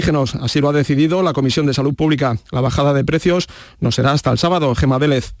Así lo ha decidido la Comisión de Salud Pública. La bajada de precios no será hasta el sábado. Gemma Vélez.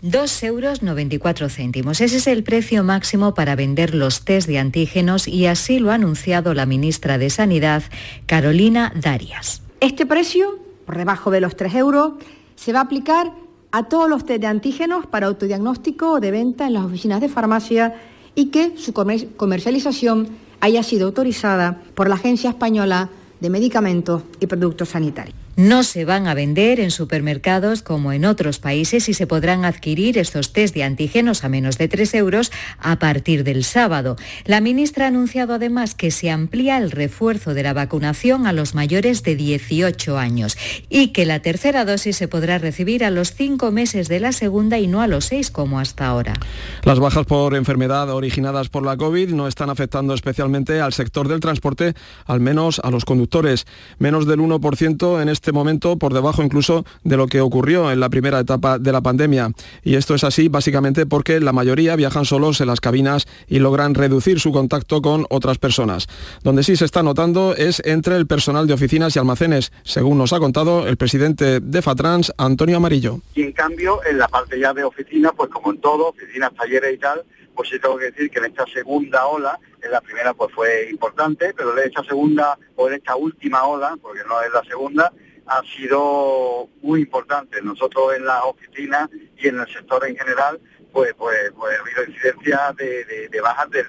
2,94 €. Ese es el precio máximo para vender los test de antígenos y así lo ha anunciado la ministra de Sanidad, Carolina Darias. Este precio, por debajo de los 3 €, se va a aplicar a todos los test de antígenos para autodiagnóstico o de venta en las oficinas de farmacia y que su comercialización haya sido autorizada por la Agencia Española de Medicamentos y Productos Sanitarios. No se van a vender en supermercados como en otros países y se podrán adquirir estos test de antígenos a menos de 3 € a partir del sábado. La ministra ha anunciado además que se amplía el refuerzo de la vacunación a los mayores de 18 años y que la tercera dosis se podrá recibir a los 5 meses de la segunda y no a los 6 como hasta ahora. Las bajas por enfermedad originadas por la COVID no están afectando especialmente al sector del transporte, al menos a los conductores. Menos del 1% en este momento, por debajo incluso de lo que ocurrió en la primera etapa de la pandemia. Y esto es así básicamente porque la mayoría viajan solos en las cabinas y logran reducir su contacto con otras personas. Donde sí se está notando es entre el personal de oficinas y almacenes, según nos ha contado el presidente de Fatrans, Antonio Amarillo. Y en cambio, en la parte ya de oficinas, pues como en todo, oficinas, talleres y tal, pues sí tengo que decir que en esta segunda ola, en la primera pues fue importante, pero en esta segunda o en esta última ola, porque no es la segunda, ha sido muy importante. Nosotros en las oficinas y en el sector en general, pues ha habido incidencias de bajas del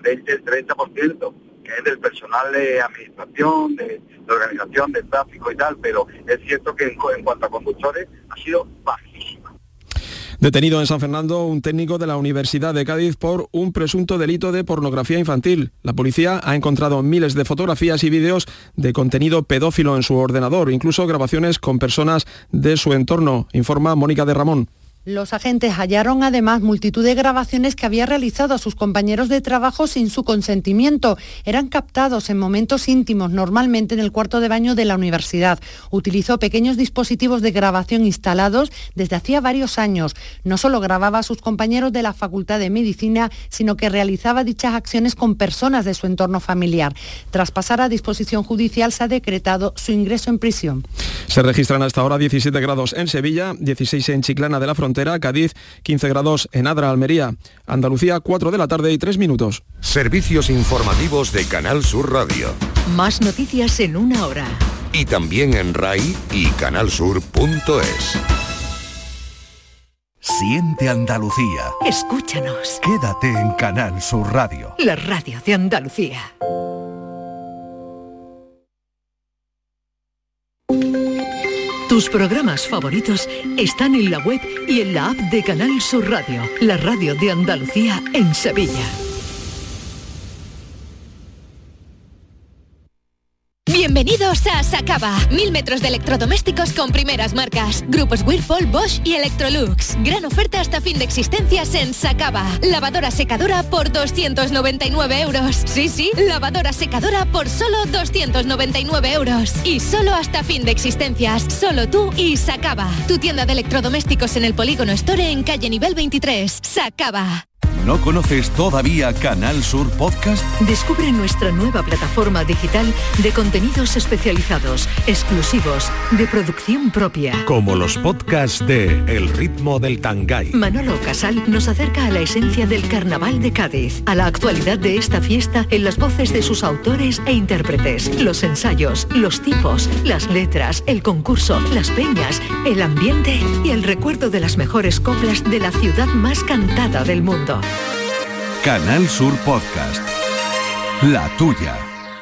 20-30%, que es del personal de administración, de organización, de tráfico y tal, pero es cierto que en cuanto a conductores ha sido bajísima. Detenido en San Fernando un técnico de la Universidad de Cádiz por un presunto delito de pornografía infantil. La policía ha encontrado miles de fotografías y vídeos de contenido pedófilo en su ordenador, incluso grabaciones con personas de su entorno, informa Mónica de Ramón. Los agentes hallaron además multitud de grabaciones que había realizado a sus compañeros de trabajo sin su consentimiento. Eran captados en momentos íntimos, normalmente en el cuarto de baño de la universidad. Utilizó pequeños dispositivos de grabación instalados desde hacía varios años. No solo grababa a sus compañeros de la Facultad de Medicina, sino que realizaba dichas acciones con personas de su entorno familiar. Tras pasar a disposición judicial, se ha decretado su ingreso en prisión. Se registran hasta ahora 17 grados en Sevilla, 16 en Chiclana de la Frontera, Cádiz, 15 grados en Adra, Almería, Andalucía, 4 de la tarde y 3 minutos. Servicios informativos de Canal Sur Radio. Más noticias en una hora. Y también en RAI y canalsur.es. Siente Andalucía. Escúchanos. Quédate en Canal Sur Radio. La radio de Andalucía. Tus programas favoritos están en la web y en la app de Canal Sur Radio, la radio de Andalucía en Sevilla. Bienvenidos a Sacaba. 1000 metros de electrodomésticos con primeras marcas. Grupos Whirlpool, Bosch y Electrolux. Gran oferta hasta fin de existencias en Sacaba. Lavadora secadora por 299 euros. Sí, lavadora secadora por solo 299 euros. Y solo hasta fin de existencias. Solo tú y Sacaba. Tu tienda de electrodomésticos en el Polígono Store en calle nivel 23. Sacaba. ¿No conoces todavía Canal Sur Podcast? Descubre nuestra nueva plataforma digital de contenidos especializados, exclusivos, de producción propia. Como los podcasts de El ritmo del Tangay. Manolo Casal nos acerca a la esencia del Carnaval de Cádiz, a la actualidad de esta fiesta en las voces de sus autores e intérpretes, los ensayos, los tipos, las letras, el concurso, las peñas, el ambiente y el recuerdo de las mejores coplas de la ciudad más cantada del mundo. Canal Sur Podcast. La tuya.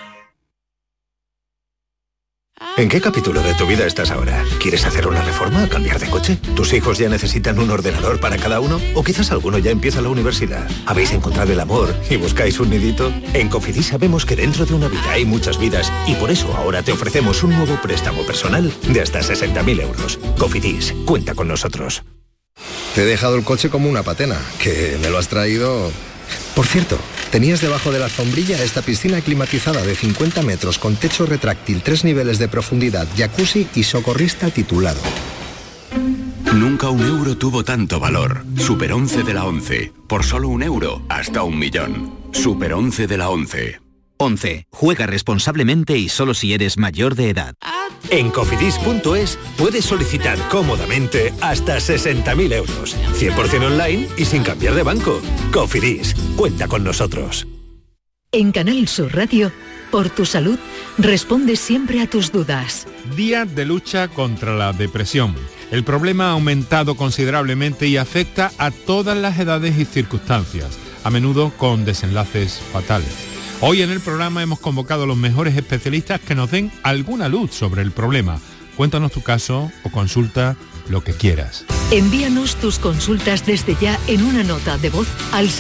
¿En qué capítulo de tu vida estás ahora? ¿Quieres hacer una reforma o cambiar de coche? ¿Tus hijos ya necesitan un ordenador para cada uno? ¿O quizás alguno ya empieza la universidad? ¿Habéis encontrado el amor y buscáis un nidito? En Cofidis sabemos que dentro de una vida hay muchas vidas y por eso ahora te ofrecemos un nuevo préstamo personal de hasta 60.000 euros. Cofidis, cuenta con nosotros. Te he dejado el coche como una patena, que me lo has traído... Por cierto, tenías debajo de la alfombrilla esta piscina climatizada de 50 metros con techo retráctil, 3 niveles de profundidad, jacuzzi y socorrista titulado. Nunca un euro tuvo tanto valor. Super 11 de la 11. Por solo €1, hasta 1.000.000. Super 11 de la 11. 11. Juega responsablemente y solo si eres mayor de edad. En cofidis.es puedes solicitar cómodamente hasta 60.000 euros. 100% online y sin cambiar de banco. Cofidis, cuenta con nosotros. En Canal Sur Radio, por tu salud, responde siempre a tus dudas. Día de lucha contra la depresión. El problema ha aumentado considerablemente y afecta a todas las edades y circunstancias, a menudo con desenlaces fatales. Hoy en el programa hemos convocado a los mejores especialistas que nos den alguna luz sobre el problema. Cuéntanos tu caso o consulta lo que quieras. Envíanos tus consultas desde ya en una nota de voz al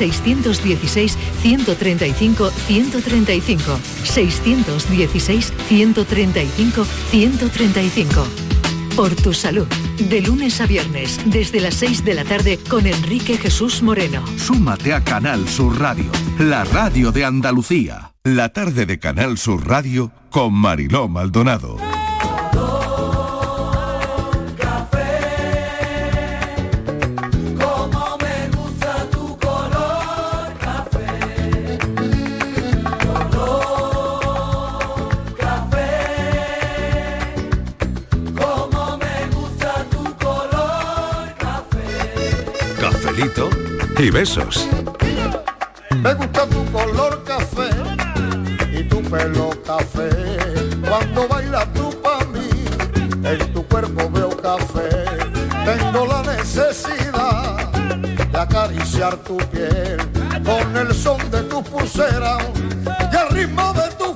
616-135-135. 616-135-135. Por tu salud. De lunes a viernes, desde las 6 de la tarde, con Enrique Jesús Moreno. Súmate a Canal Sur Radio, la radio de Andalucía. La tarde de Canal Sur Radio con Mariló Maldonado. Y besos. Me gusta tu color café y tu pelo café. Cuando bailas tú pa' mí, en tu cuerpo veo café. Tengo la necesidad de acariciar tu piel con el son de tu pulsera y el ritmo de tu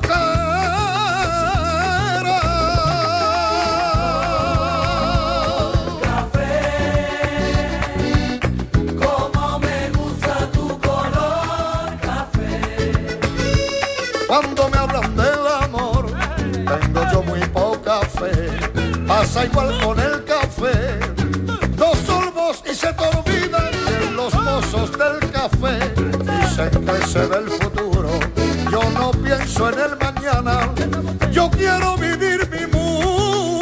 Cuando me hablan del amor, tengo yo muy poca fe. Pasa igual con el café. Dos sorbos y se te olvidan de los mozos del café. Dicen que se ve el futuro. Yo no pienso en el mañana. Yo quiero vivir mi mundo.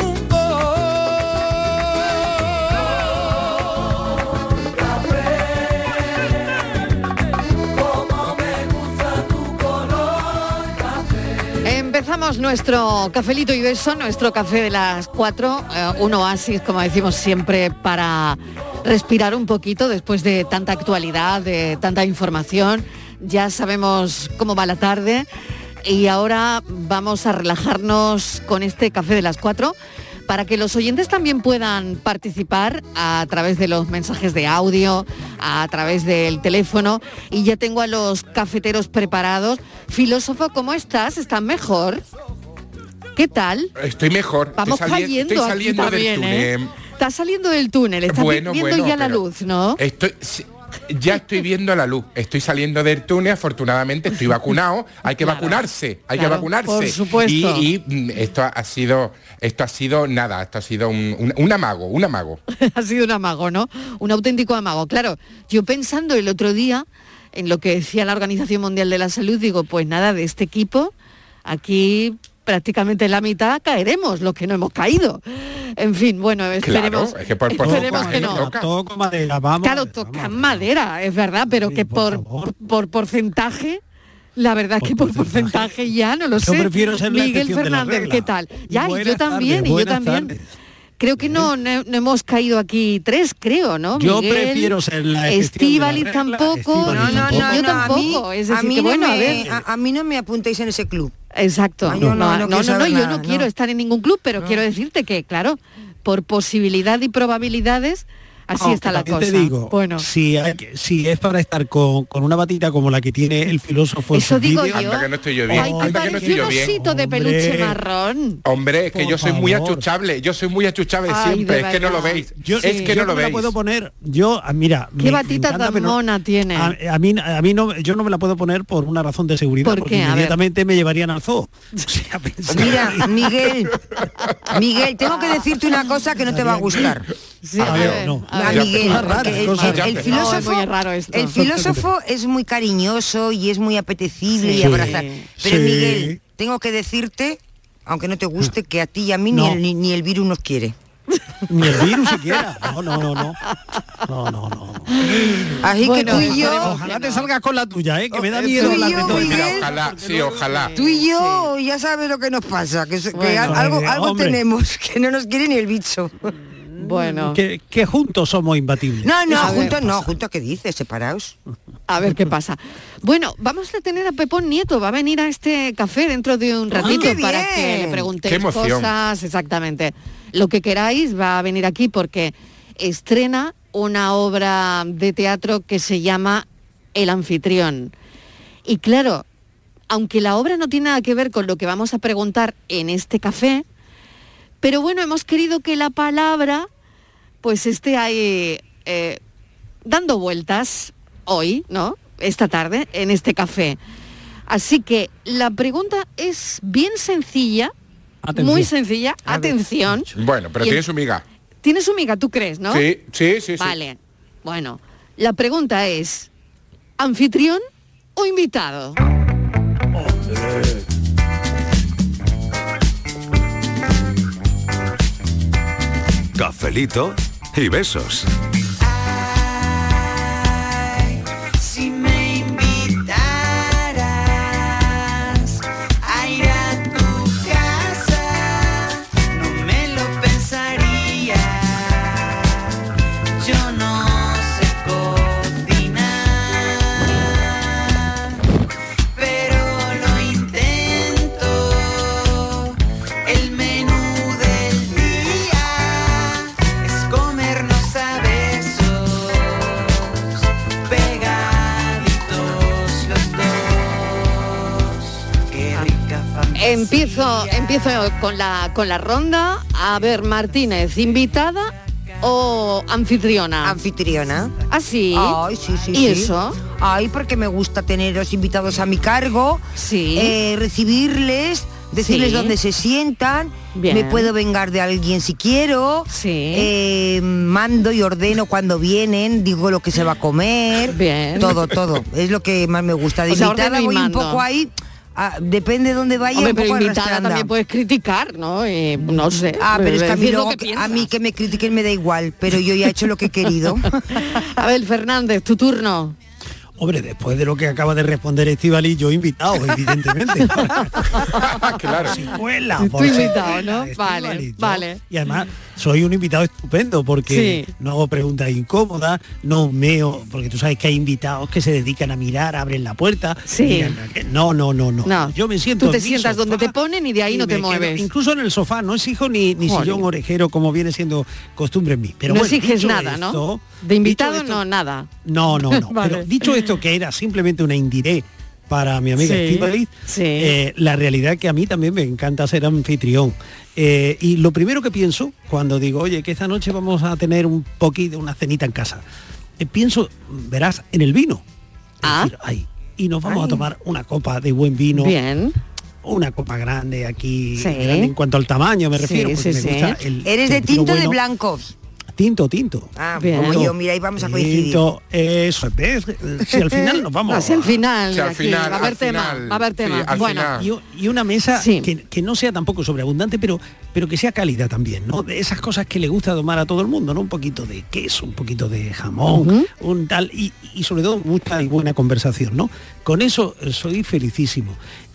Empezamos nuestro cafelito y beso, nuestro café de las 4, un oasis, como decimos siempre, para respirar un poquito después de tanta actualidad, de tanta información. Ya sabemos cómo va la tarde y ahora vamos a relajarnos con este café de las 4 para que los oyentes también puedan participar a través de los mensajes de audio, a través del teléfono. Y ya tengo a los cafeteros preparados. Filósofo, ¿cómo estás? ¿Estás mejor? ¿Qué tal? Estoy mejor. Vamos cayendo, estoy saliendo aquí también, del túnel. Estás saliendo del túnel, estás viendo ya la luz, ¿no? Ya estoy viendo la luz, estoy saliendo del túnel, afortunadamente estoy vacunado, hay que vacunarse, que vacunarse. Por supuesto. Y esto ha sido un amago. Ha sido un amago, ¿no? Un auténtico amago. Claro, yo pensando el otro día en lo que decía la Organización Mundial de la Salud, digo, pues nada, de este equipo, aquí prácticamente la mitad caeremos, los que no hemos caído. En fin, bueno, esperemos, claro, es que esperemos que no. Toco madera, vamos. Claro, tocan madera, es verdad, pero sí, que por porcentaje, la verdad es que por porcentaje ya no lo sé. Yo prefiero ser Miguel Fernández, ¿qué tal? Ya, y yo también, Tardes. Creo que no hemos caído aquí 3, creo, ¿no? Yo Miguel, prefiero ser la Estíbaliz tampoco. Yo tampoco. Es decir, que bueno, a mí no me apuntéis en ese club. Exacto. Yo no quiero estar en ningún club, pero quiero decirte que, claro, por posibilidad y probabilidades, así está la cosa. Te digo, bueno, si es para estar con una batita como la que tiene el filósofo. Eso digo yo. Anda que no estoy yo bien. Anda que no estoy yo bien. Un osito de peluche marrón. Hombre, es que yo soy muy achuchable. Yo soy muy achuchable siempre. Es que no lo veis. Yo no la puedo poner. Mira. ¿Qué batita tan mona tiene? A mí no, yo no me la puedo poner por una razón de seguridad. Porque inmediatamente me llevarían al zoo. Mira, Miguel, tengo que decirte una cosa que no te va a gustar. Sí, Miguel, el filósofo es muy cariñoso y es muy apetecible y abrazar. Pero Miguel, tengo que decirte, aunque no te guste, que a ti y a mí ni el virus nos quiere. Ni el virus siquiera. No. Así que tú y yo... Ojalá te salgas con la tuya, que me da miedo hablar de todo. Ojalá, sí, ojalá. Tú y yo ya sabes lo que nos pasa, que algo tenemos, que no nos quiere ni el bicho. Bueno. Que juntos somos imbatibles. No, juntos ¿qué dices? Separaos. A ver qué pasa. Bueno, vamos a tener a Pepón Nieto, va a venir a este café dentro de un ratito para que le preguntéis cosas, exactamente. Lo que queráis, va a venir aquí porque estrena una obra de teatro que se llama El Anfitrión. Y claro, aunque la obra no tiene nada que ver con lo que vamos a preguntar en este café, pero bueno, hemos querido que la palabra pues esté ahí dando vueltas hoy, ¿no? Esta tarde, en este café. Así que la pregunta es bien sencilla, muy sencilla. Atención. Bueno, pero tiene su miga. Tiene su miga, ¿tú crees, no? Sí. Vale. Bueno, la pregunta es, ¿anfitrión o invitado? Cafelito y besos. Si me invitaras a ir a tu casa, no me lo pensaría. Yo no sé cocinar, pero lo intento. El menú del día es comernos a besos, pegaditos los dos. Qué rica fantasía. Empiezo con la ronda. A ver, Martínez, ¿invitada o anfitriona? Anfitriona. ¿Ah, sí? Ay, sí. ¿Y eso? Ay, porque me gusta tener los invitados a mi cargo, recibirles, decirles dónde se sientan. Bien. Me puedo vengar de alguien si quiero. Mando y ordeno cuando vienen, digo lo que se va a comer. Bien. Todo. Es lo que más me gusta. De invitada voy un poco ahí. Depende de dónde vaya. Hombre, un poco pero invitada arrastranda. también puedes criticar, ¿no? No sé. Pero es que decir lo que a mí que me critiquen me da igual, pero yo ya he hecho lo que he querido. A ver, Fernández, tu turno. Hombre, después de lo que acaba de responder Estíbaliz, yo invitado, evidentemente. Claro. Si cuela, Tú invitado, ¿no? Vale. Y además soy un invitado estupendo porque no hago preguntas incómodas, no meo, porque tú sabes que hay invitados que se dedican a mirar, abren la puerta. Miran, no. Yo me siento. Tú te sientas donde te ponen y de ahí no te mueves. Incluso en el sofá, no exijo ni sillón orejero como viene siendo costumbre en mí. Pero no bueno, exiges nada, esto, ¿no? De invitado no, nada. No. Vale. Pero dicho esto, que era simplemente una indirecta para mi amiga Estíbaliz, la realidad es que a mí también me encanta ser anfitrión. Y lo primero que pienso cuando digo, oye, que esta noche vamos a tener un poquito, una cenita en casa, pienso, verás, en el vino. Es decir, y nos vamos a tomar una copa de buen vino. Bien. Una copa grande aquí, grande en cuanto al tamaño me refiero, porque me gusta ¿Eres de tinto o de blancos? Tinto. Como yo, mira, ahí vamos a coincidir. Tinto, eso, ¿ves? Si al final nos vamos. Si al final va a haber tema. Bueno. Y una mesa que no sea tampoco sobreabundante, pero que sea cálida también, ¿no? De esas cosas que le gusta tomar a todo el mundo, ¿no? Un poquito de queso, un poquito de jamón, un tal, y sobre todo mucha y buena conversación, ¿no? Con eso soy felicísimo.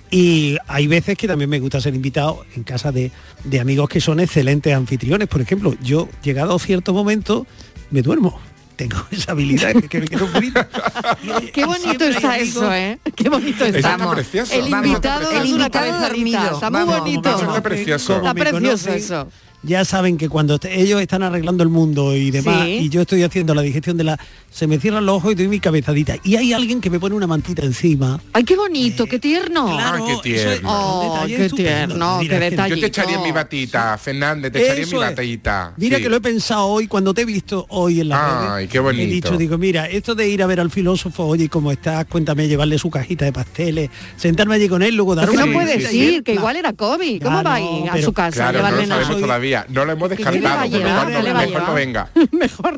Y hay veces que también me gusta ser invitado en casa de amigos que son excelentes anfitriones. Por ejemplo, yo, llegado a cierto momento, me duermo. Tengo esa habilidad que me quedo un poquito. Qué bonito está eso, ¿eh? Qué bonito está. Precioso. El invitado es una cabezadita. Está muy bonito. Está precioso. Está precioso eso. Ya saben que cuando ellos están arreglando el mundo y demás, y yo estoy haciendo la digestión se me cierran los ojos y doy mi cabezadita. Y hay alguien que me pone una mantita encima. ¡Ay, qué bonito, qué tierno! Claro, qué tierno. Qué tierno, qué detalle. Yo te echaría en mi batita, Fernández, te echaría en mi batita. Mira que lo he pensado hoy, cuando te he visto hoy en la redes. Ay, qué bonito. He dicho, digo, mira, esto de ir a ver al filósofo, oye, ¿cómo estás? Cuéntame, llevarle su cajita de pasteles, sentarme allí con él, luego dar una... No puedes ir, que igual era COVID. ¿Cómo va a ir a su casa? Claro, no lo sabemos todavía. No lo hemos descartado. Mejor no venga. Mejor no.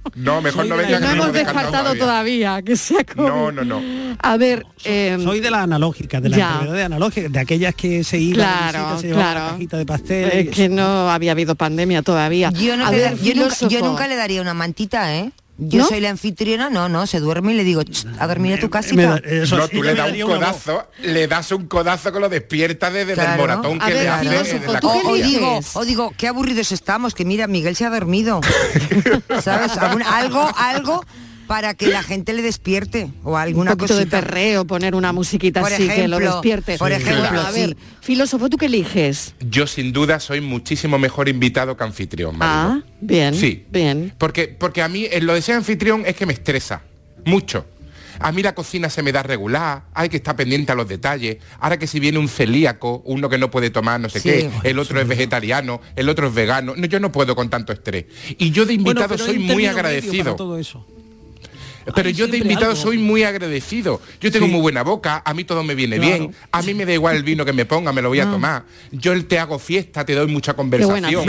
No, mejor no venga. No hemos descartado todavía que sea COVID. No. A ver, soy de las analógicas, de las enfermedades analógicas, de aquellas que se iban a visita, se llevaban la cajita de pastel. Es que no había habido pandemia todavía. Yo nunca le daría una mantita, ¿eh? Yo soy la anfitriona, no, se duerme y le digo, a dormir a tu casita. No, tú le das un codazo, le das un codazo que lo despierta desde el moratón que le hace de la cocina. O digo, qué aburridos estamos, que mira, Miguel se ha dormido. ¿Sabes? Algo para que la gente le despierte o alguna cosa de perreo, poner una musiquita por así ejemplo, que lo despierte. Por ejemplo, bueno, a ver, filósofo, ¿tú qué eliges? Yo sin duda soy muchísimo mejor invitado que anfitrión, Marilo. Bien. Sí. Bien. Porque a mí lo de ser anfitrión es que me estresa mucho. A mí la cocina se me da regular, hay que estar pendiente a los detalles. Ahora que si viene un celíaco, uno que no puede tomar no sé qué, el otro es vegetariano, el otro es vegano. No, yo no puedo con tanto estrés. Y yo de invitado soy muy agradecido. Todo eso. Pero yo de invitado soy muy agradecido. Yo tengo muy buena boca, a mí todo me viene bien, a mí me da igual el vino que me ponga, me lo voy a tomar. Yo te hago fiesta, te doy mucha conversación.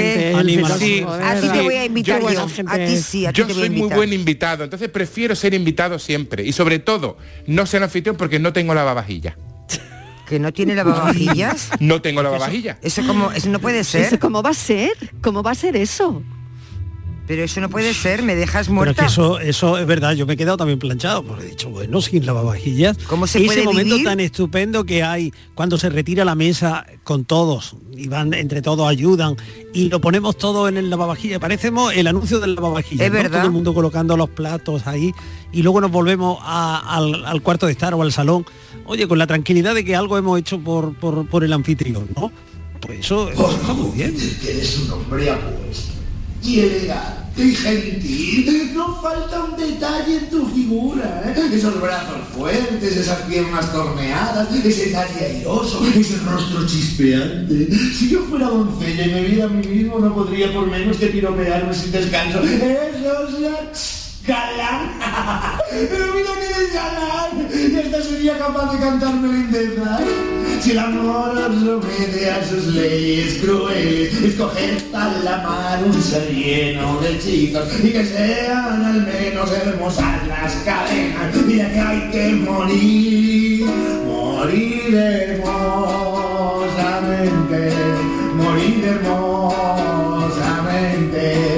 A ti te voy a invitar yo. A ti sí, a ti yo te voy a soy muy buen invitado, entonces prefiero ser invitado siempre. Y sobre todo, no ser anfitrión porque no tengo lavavajillas. ¿Que no tiene lavavajillas? No tengo lavavajillas. Eso no puede ser. ¿Cómo va a ser? ¿Cómo va a ser eso? Pero eso no puede ser, me dejas muerta. Pero es que eso es verdad, yo me he quedado también planchado, porque he dicho, bueno, sin lavavajillas. ¿Cómo se puede ese momento vivir? tan estupendo que hay cuando se retira la mesa con todos, y van entre todos, ayudan, y lo ponemos todo en el lavavajillas. Parecemos el anuncio del lavavajillas, es ¿no? verdad. Todo el mundo colocando los platos ahí, y luego nos volvemos al cuarto de estar o al salón. Oye, con la tranquilidad de que algo hemos hecho por el anfitrión, ¿no? Pues eso está muy bien. Eres un hombre apuesto y elegante y gentil. No falta un detalle en tu figura, ¿eh? Esos brazos fuertes, esas piernas torneadas, ese talle airoso, ese rostro chispeante. Si yo fuera doncella y me viera a mí mismo, no podría por menos que piropearme sin descanso. Eso ya... ¡Galán! ¡Pero mira que eres galán! Y hasta sería capaz de cantarme lindeza. Si el amor os somete a sus leyes crueles, escoged al la mar un ser lleno de hechizos y que sean al menos hermosas las cadenas. Mira que hay que morir hermosamente, morir hermosamente.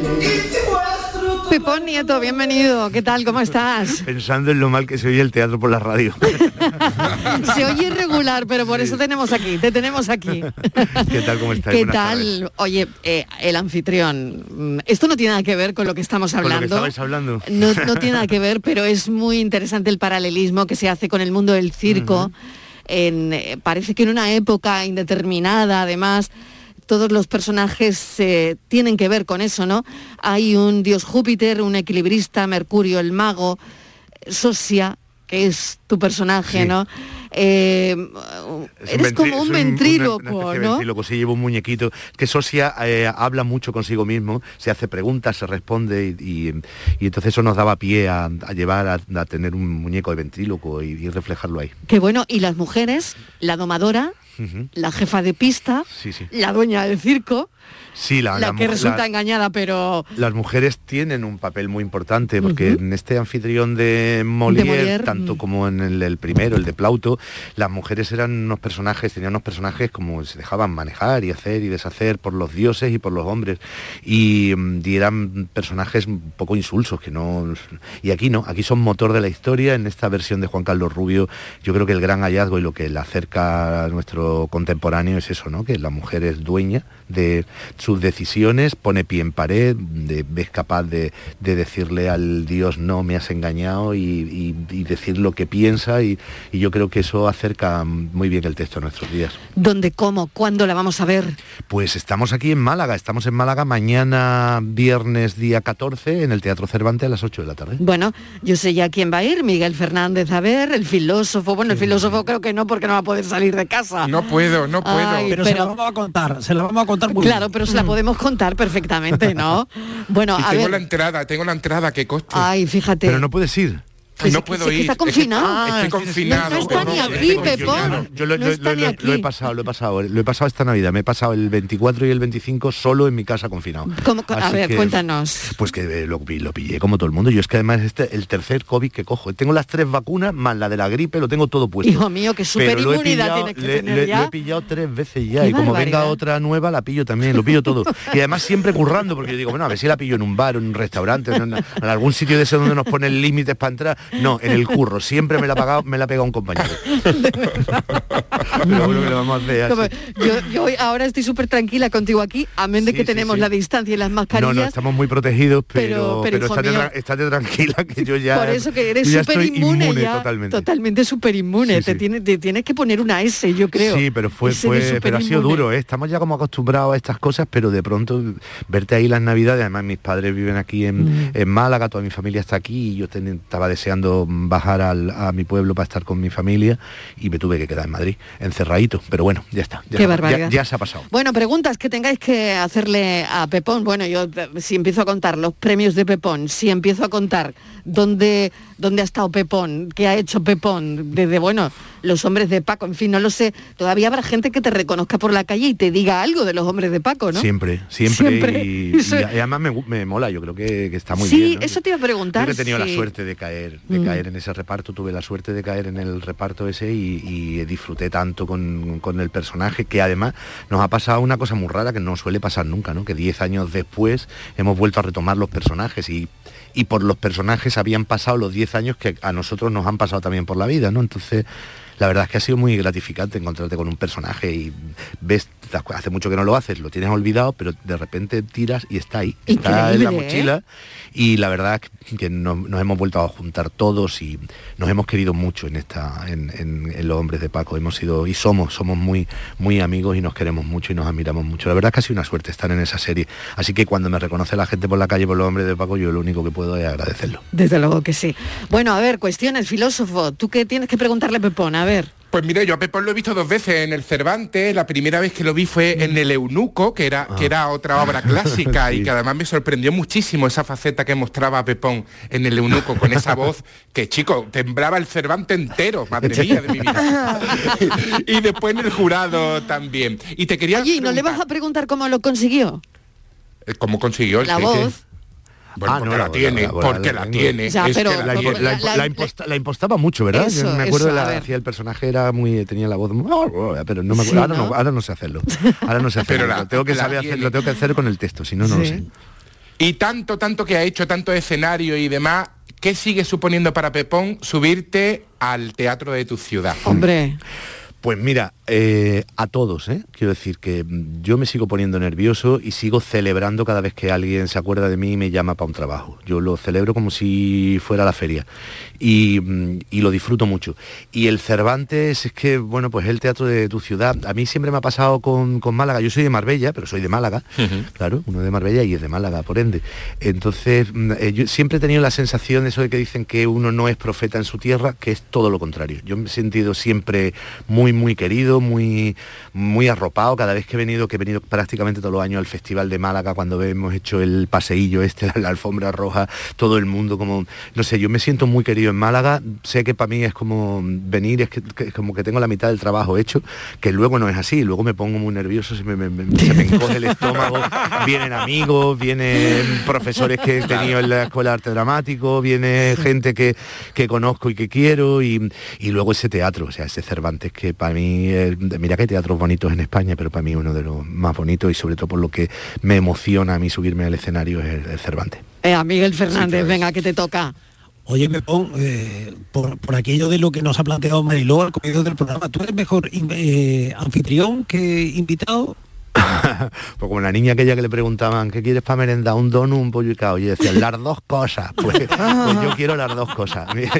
Pepón Nieto, bienvenido. ¿Qué tal? ¿Cómo estás? Pensando en lo mal que se oye el teatro por la radio. Se oye irregular, pero por eso te tenemos aquí. ¿Qué tal? ¿Cómo estás? ¿Qué tal? Oye, el anfitrión. Esto no tiene nada que ver con lo que estamos hablando. ¿Con lo que estabais hablando? No tiene nada que ver, pero es muy interesante el paralelismo que se hace con el mundo del circo. Parece que en una época indeterminada, además, todos los personajes tienen que ver con eso, ¿no? Hay un dios Júpiter, un equilibrista, Mercurio el mago, Sosia, que es tu personaje, sí. ¿no? Eres como un ventríloco, ¿no? Ventríloco, sí, llevo un muñequito. Que Sosia habla mucho consigo mismo, se hace preguntas, se responde y entonces eso nos daba pie a llevar a tener un muñeco de ventríloco y reflejarlo ahí. Qué bueno. Y las mujeres, la domadora, la jefa de pista, la dueña del circo, la que resulta engañada, pero... Las mujeres tienen un papel muy importante, porque en este anfitrión de Molière, tanto como en el primero, el de Plauto, las mujeres eran unos personajes, tenían unos personajes como se dejaban manejar y hacer y deshacer por los dioses y por los hombres, y eran personajes un poco insulsos, que no... Y aquí no, aquí son motor de la historia. En esta versión de Juan Carlos Rubio, yo creo que el gran hallazgo y lo que le acerca a nuestro contemporáneo es eso, ¿no? Que la mujer es dueña de sus decisiones, pone pie en pared, es capaz de decirle al dios no, me has engañado, y decir lo que piensa, y yo creo que eso acerca muy bien el texto a nuestros días. ¿Dónde, cómo, cuándo la vamos a ver? Pues estamos aquí en Málaga, mañana viernes día 14 en el Teatro Cervantes a las 8 de la tarde. Bueno, yo sé ya quién va a ir, Miguel Fernández a ver, el filósofo, el filósofo creo que no, porque no va a poder salir de casa. No puedo. Ay, pero se la vamos a contar muy claro, bien. pero se la podemos contar perfectamente, ¿no? Bueno, y tengo la entrada que coste. Ay, fíjate. Pero no puedes ir. no puedo ir. Está confinado. Estoy confinado. No está ni aquí, Pepón. Yo lo he pasado esta Navidad. Me he pasado el 24 y el 25 solo en mi casa confinado. A ver, cuéntanos. Pues que lo pillé como todo el mundo. Yo es que además el tercer COVID que cojo. Tengo las 3 vacunas más la de la gripe, lo tengo todo puesto. Hijo mío, que superinmunidad tienes que tener ya. Lo he pillado 3 veces ya. Y como venga otra nueva, la pillo también, lo pillo todo. Y además siempre currando, porque yo digo, bueno, a ver si la pillo en un bar, en un restaurante, en algún sitio de ese donde nos ponen límites para entrar. No, en el curro. Siempre me la ha pegado un compañero. Pero bueno, que lo vamos a hacer. Yo ahora estoy súper tranquila contigo aquí, amén de que tenemos la distancia y las mascarillas. No, estamos muy protegidos, pero estate tranquila que yo ya... Por eso que eres súper inmune ya, totalmente súper inmune. Sí. Te tienes que poner una S, yo creo. Sí, pero pero ha sido duro, ¿eh? Estamos ya como acostumbrados a estas cosas, pero de pronto verte ahí las Navidades, además mis padres viven aquí en Málaga, toda mi familia está aquí, y yo estaba deseando bajar a mi pueblo para estar con mi familia, y me tuve que quedar en Madrid, encerradito, pero bueno, ya está. Qué barbaridad. Ya se ha pasado. Bueno, preguntas que tengáis que hacerle a Pepón. Bueno, yo si empiezo a contar los premios de Pepón, si empiezo a contar dónde ha estado Pepón, qué ha hecho Pepón, desde, bueno, los hombres de Paco, en fin, no lo sé. Todavía habrá gente que te reconozca por la calle y te diga algo de los hombres de Paco, ¿no? Siempre. Y además me mola, yo creo que está muy bien, Sí, ¿no? eso te iba a preguntar. Yo he tenido la suerte de caer en ese reparto, tuve la suerte de caer en el reparto ese y disfruté tanto con el personaje, que además nos ha pasado una cosa muy rara que no suele pasar nunca, ¿no? Que 10 años después hemos vuelto a retomar los personajes y por los personajes habían pasado los 10 años que a nosotros nos han pasado también por la vida, ¿no? Entonces, la verdad es que ha sido muy gratificante encontrarte con un personaje y ves, hace mucho que no lo haces, lo tienes olvidado, pero de repente tiras y está ahí, está en la mochila, y la verdad es que nos hemos vuelto a juntar todos y nos hemos querido mucho en los hombres de Paco. Hemos sido y somos muy, muy amigos y nos queremos mucho y nos admiramos mucho. La verdad es que ha sido una suerte estar en esa serie. Así que cuando me reconoce la gente por la calle por los hombres de Paco, yo lo único que puedo es agradecerlo. Desde luego que sí. Bueno, a ver, cuestiones, filósofo. ¿Tú qué tienes que preguntarle a Pepón? A ver. Pues mire, yo a Pepón lo he visto 2 veces en el Cervantes. La primera vez que lo vi fue en El Eunuco, que era otra obra clásica y que además me sorprendió muchísimo esa faceta que mostraba Pepón en El Eunuco, con esa voz que, chico, temblaba el Cervantes entero, madre mía de mi vida. Y después en El Jurado también. Y te quería Oye, ¿no le vas a preguntar cómo lo consiguió? ¿Cómo consiguió el la voz? Bueno, porque la tiene. Ya, pero la impostaba mucho, ¿verdad? Eso, yo me acuerdo eso, el personaje tenía la voz muy, pero no me acuerdo, sí, ahora no sé hacerlo. Ahora no sé hacerlo. Lo tengo que hacer con el texto, si no lo sé. Y tanto que ha hecho, tanto escenario y demás, ¿qué sigue suponiendo para Pepón subirte al teatro de tu ciudad? Hombre. Pues mira, a todos, quiero decir que yo me sigo poniendo nervioso y sigo celebrando cada vez que alguien se acuerda de mí y me llama para un trabajo. Yo lo celebro como si fuera la feria y lo disfruto mucho. Y el Cervantes es que, bueno, pues el teatro de tu ciudad. A mí siempre me ha pasado con Málaga. Yo soy de Marbella, pero soy de Málaga, claro, uno de Marbella y es de Málaga, por ende. Entonces, yo siempre he tenido la sensación de eso de que dicen que uno no es profeta en su tierra, que es todo lo contrario. Yo me he sentido siempre muy querido, muy arropado cada vez que he venido prácticamente todos los años al Festival de Málaga, cuando hemos hecho el paseillo la alfombra roja, todo el mundo como, no sé, yo me siento muy querido en Málaga. Sé que para mí es como venir, es como que tengo la mitad del trabajo hecho, que luego no es así, luego me pongo muy nervioso, se me encoge el estómago, vienen amigos, vienen profesores que he tenido en la Escuela de Arte Dramático, viene gente que conozco y que quiero, y luego ese teatro, o sea, ese Cervantes, que para mí, mira que hay teatros bonitos en España, pero para mí uno de los más bonitos y sobre todo por lo que me emociona a mí subirme al escenario es el Cervantes. A Miguel Fernández, sí, venga, que te toca. Oye, Pepón, por aquello de lo que nos ha planteado Mariló al comienzo del programa, ¿tú eres mejor anfitrión que invitado? Pues como la niña aquella que le preguntaban ¿qué quieres para merendar? Un donut, un pollo y cao. Y decía, las 2 cosas. Pues yo quiero las 2 cosas. Mira,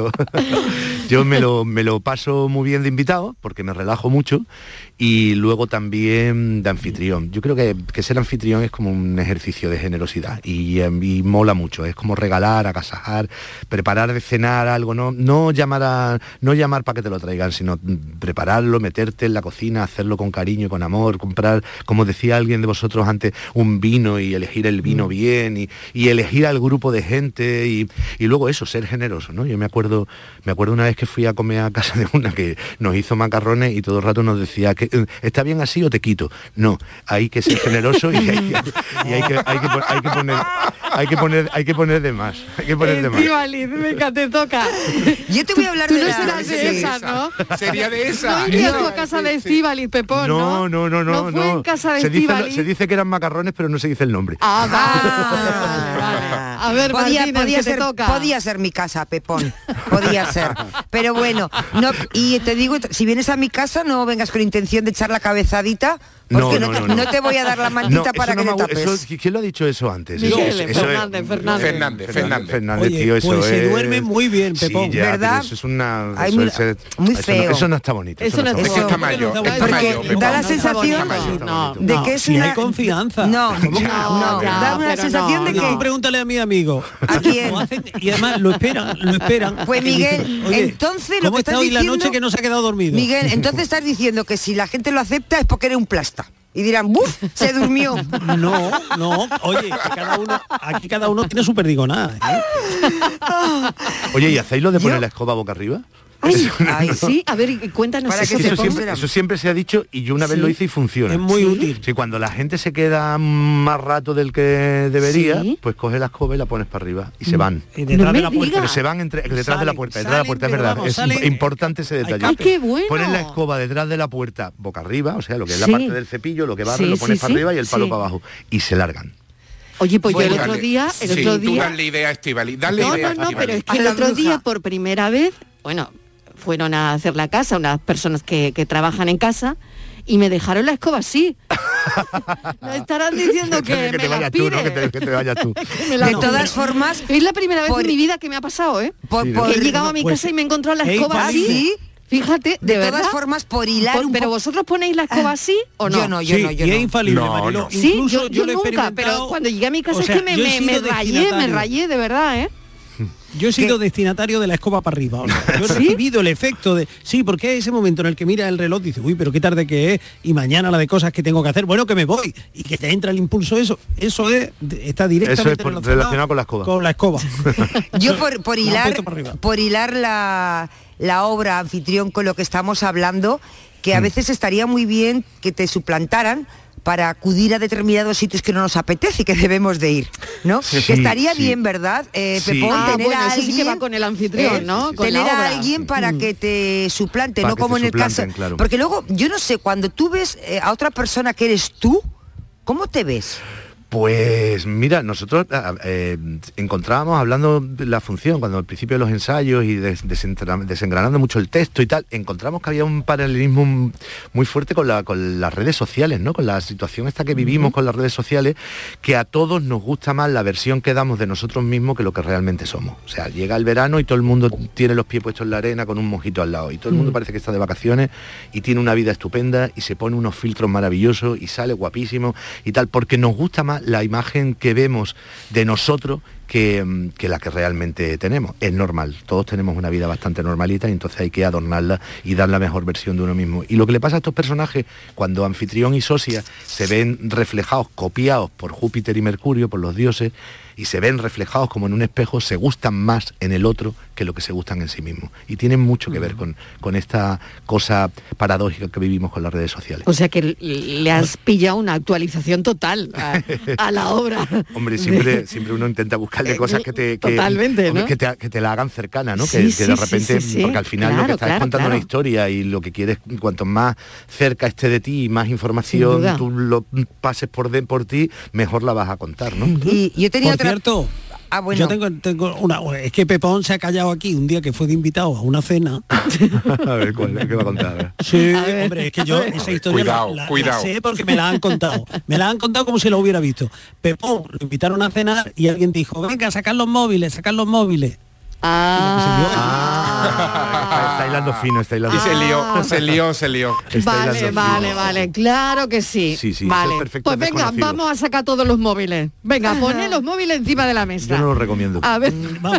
yo me lo paso muy bien de invitado porque me relajo mucho, y luego también de anfitrión. Yo creo que ser anfitrión es como un ejercicio de generosidad y mola mucho. Es como regalar, agasajar, preparar de cenar algo, no llamar para que te lo traigan, sino prepararlo, meterte en la cocina, hacerlo con cariño, con amor, comprar como decía alguien de vosotros antes, un vino y elegir el vino bien y elegir al grupo de gente y luego eso, ser generoso, ¿no? Yo me acuerdo una vez que fui a comer a casa de una que nos hizo macarrones y todo el rato nos decía que ¿está bien así o te quito? No, hay que ser generoso y hay que poner de más. Hay que poner de más. Estíbaliz, venga, te toca. Yo te voy a hablar Tú de no la... serás de esa, ¿no? Sería de esa. No irías tú a casa de Estíbaliz, Pepón, ¿no? No. fue en casa de Se Estíbaliz. dice que eran macarrones, pero no se dice el nombre. Vale. A ver, Martínez, te toca. Podía ser mi casa, Pepón. Podía ser. Pero bueno, no, y te digo, si vienes a mi casa, no vengas con intención de echar la cabezadita, porque no te voy a dar la mantita para que te tapes. ¿Quién lo ha dicho eso antes? Miguel, Fernández, Oye, tío, eso pues se es... duerme muy bien, Pepón. Sí, ya, ¿verdad? Eso es una... muy feo. Eso no está bonito. Eso no está bonito. Está mayo. Porque da la sensación de que es Si una... hay confianza. No, da una sensación de que... Tú pregúntale a mi amigo. ¿A quién? Y además lo esperan. Pues Y Miguel, dicen, oye, entonces lo ¿cómo que está estás hoy la diciendo... noche que no se ha quedado dormido? Miguel, entonces estás diciendo que si la gente lo acepta es porque eres un plasta. Y dirán, ¡buf! Se durmió. No, oye, aquí cada uno tiene su perdigonada. Oye, ¿y hacéis lo de poner la escoba boca arriba? Ay, sí, a ver, cuéntanos eso siempre se ha dicho y yo una vez lo hice y funciona. Es muy útil. Sí, cuando la gente se queda más rato del que debería, pues coge la escoba y la pones para arriba y se van. Y detrás de la puerta. Pero se van detrás de la puerta, es verdad. Vamos, es importante ese detalle. ¡Ay, qué bueno! Pones la escoba detrás de la puerta boca arriba, o sea, lo que es la parte del cepillo, lo que barre, lo pones para arriba y el palo para abajo. Y se largan. Oye, pues yo el otro día... Tú dale idea a Estíbaliz, No, pero es que el otro día, por primera vez, bueno, fueron a hacer la casa unas personas que trabajan en casa y me dejaron la escoba así. No estarán diciendo que me la pide. Que te vayas tú. De todas formas... Es la primera vez en mi vida que me ha pasado, ¿eh? Que he llegado a mi casa y me he encontrado la escoba así. Fíjate, de verdad. todas formas, por hilar ¿Pero vosotros ponéis la escoba así o no? Yo no. Y es infalible, Mariló. Sí, Incluso yo lo he nunca, experimentado. pero cuando llegué a mi casa O sea, es que me rayé, de verdad, ¿eh? Yo he sido destinatario de la escoba para arriba. O sea, yo he recibido el efecto de... Sí, porque hay ese momento en el que mira el reloj y dice, uy, pero qué tarde que es, y mañana la de cosas que tengo que hacer, bueno, que me voy, y que te entra el impulso, eso está directamente relacionado con la escoba. Con la escoba. Yo por hilar la obra, anfitrión, con lo que estamos hablando, que a veces estaría muy bien que te suplantaran para acudir a determinados sitios que no nos apetece y que debemos de ir, ¿no? Que estaría bien, ¿verdad, Pepón? Tener a alguien, eso sí que va con el anfitrión, ¿no? Con tener a alguien para que te suplante, no como en el caso... Claro. Porque luego, yo no sé, cuando tú ves a otra persona que eres tú, ¿cómo te ves? Pues mira, nosotros encontrábamos, hablando de la función, cuando al principio de los ensayos y desengranando mucho el texto y tal, encontramos que había un paralelismo muy fuerte con las redes sociales, ¿no? Con la situación esta que vivimos con las redes sociales, que a todos nos gusta más la versión que damos de nosotros mismos que lo que realmente somos. O sea, llega el verano y todo el mundo tiene los pies puestos en la arena con un mojito al lado y todo el mundo parece que está de vacaciones y tiene una vida estupenda y se pone unos filtros maravillosos y sale guapísimo y tal, porque nos gusta más la imagen que vemos de nosotros que la que realmente tenemos. Es normal, todos tenemos una vida bastante normalita y entonces hay que adornarla y dar la mejor versión de uno mismo. Y lo que le pasa a estos personajes, cuando Anfitrión y Sosia se ven reflejados, copiados por Júpiter y Mercurio, por los dioses, y se ven reflejados como en un espejo, se gustan más en el otro que lo que se gustan en sí mismos. Y tienen mucho que ver con esta cosa paradójica que vivimos con las redes sociales. O sea que le has pillado una actualización total a la obra. Hombre, siempre uno intenta buscarle cosas que te la hagan cercana, ¿no? Sí, que de repente, porque al final lo que estás contando una historia y lo que quieres, cuanto más cerca esté de ti y más información tú lo pases por ti, mejor la vas a contar, ¿no? Y yo tenía Por cierto, yo tengo una... Es que Pepón se ha callado aquí un día que fue de invitado a una cena. A ver, ¿qué va a contar? Sí, hombre, es que yo esa historia la sé porque me la han contado. Me la han contado como si la hubiera visto. Pepón lo invitaron a cenar y alguien dijo, venga, sacar los móviles. Está hilando fino, está hilando Y se lió. Vale, claro que sí. Sí, vale. es perfecto Pues venga, desconocido. vamos a sacar todos los móviles. Venga, poned los móviles encima de la mesa. Yo no lo recomiendo. A ver.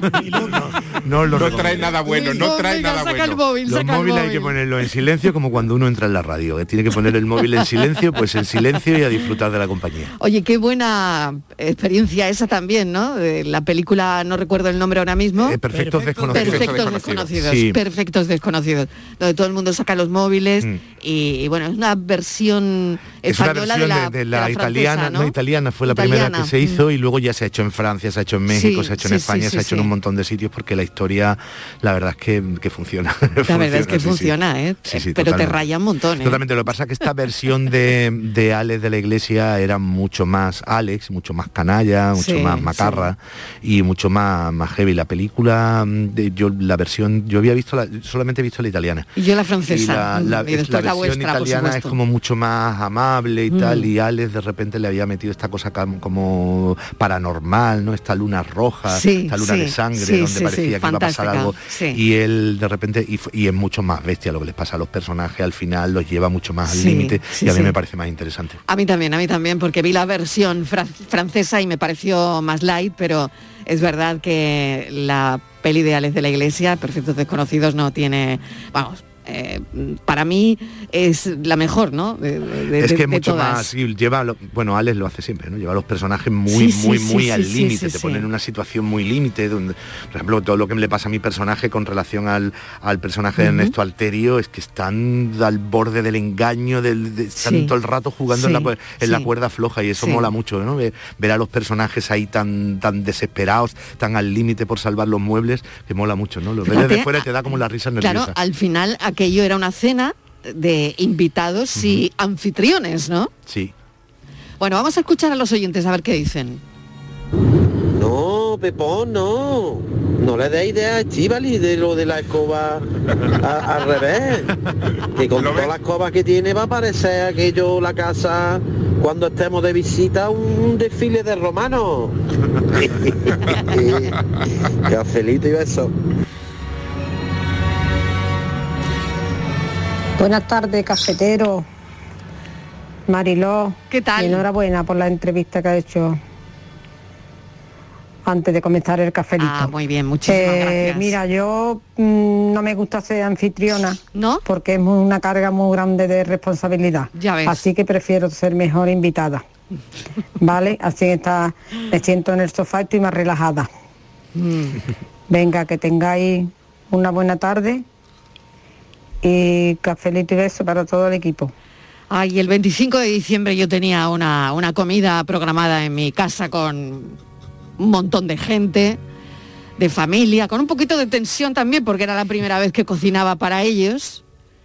No trae nada bueno, no trae nada saca bueno. el móvil, Los saca el móviles hay móvil. que ponerlo en silencio, como cuando uno entra en la radio, que tiene que poner el móvil en silencio, pues en silencio y a disfrutar de la compañía. Oye, qué buena experiencia esa también, ¿no? De la película, no recuerdo el nombre ahora mismo. Perfectos desconocidos. Perfectos desconocidos. Sí. Perfectos desconocidos. Donde todo el mundo saca los móviles y bueno, es una versión Es una española versión de la italiana, francesa, ¿no? italiana fue la primera que se hizo y luego ya se ha hecho en Francia, se ha hecho en México, se ha hecho en España, se ha hecho en un montón de sitios porque la historia, la verdad es que funciona. La verdad es que funciona, ¿eh? Sí, pero totalmente. te raya un montón, ¿eh? Totalmente. Lo que pasa es que esta versión de Alex de la Iglesia era mucho más Alex, mucho más canalla, mucho más macarra y mucho más heavy. La película, yo había visto solamente he visto la italiana. Y yo la francesa. Y la después la versión vuestra, por italiana es supuesto. como mucho más amable y tal, y Alex de repente le había metido esta cosa como paranormal, ¿no? Esta luna roja, esta luna de sangre, donde parecía que iba a pasar algo. Y él de repente, y es mucho más bestia lo que les pasa a los personajes, al final los lleva mucho más al límite, y a mí me parece más interesante. A mí también, porque vi la versión francesa y me pareció más light, pero es verdad que la peli de Alex de la Iglesia, Perfectos Desconocidos, no tiene, vamos, para mí es la mejor, ¿no? Es que mucho todas. más, sí, bueno, Alex lo hace siempre, ¿no? Lleva a los personajes muy al límite, te pone en una situación muy límite, donde, por ejemplo, todo lo que le pasa a mi personaje con relación al personaje de Ernesto Alterio es que están al borde del engaño, están todo el rato jugando en la cuerda floja, y eso mola mucho, ¿no? Ver a los personajes ahí tan desesperados, tan al límite por salvar los muebles, que mola mucho, ¿no? Lo ves desde fuera y te da como las risas nerviosas. Claro, al final aquello era una cena de invitados y anfitriones, ¿no? Sí. Bueno, vamos a escuchar a los oyentes a ver qué dicen. No, Pepón, no le dé idea a Estíbaliz de lo de la escoba al revés, que con todas las escobas que tiene va a parecer aquello, la casa, cuando estemos de visita, un desfile de romanos. Cafelito y beso. Buenas tardes, cafetero. Mariló. ¿Qué tal? Enhorabuena por la entrevista que ha hecho antes de comenzar el cafelito. Ah, muy bien, muchísimas gracias. Mira, yo no me gusta ser anfitriona, ¿no? Porque es una carga muy grande de responsabilidad. Ya ves. Así que prefiero ser mejor invitada. ¿Vale? Así me siento en el sofá y estoy más relajada. Venga, que tengáis una buena tarde. Y cafelito y beso para todo el equipo. Ay, el 25 de diciembre yo tenía una comida programada en mi casa con un montón de gente, de familia, con un poquito de tensión también, porque era la primera vez que cocinaba para ellos.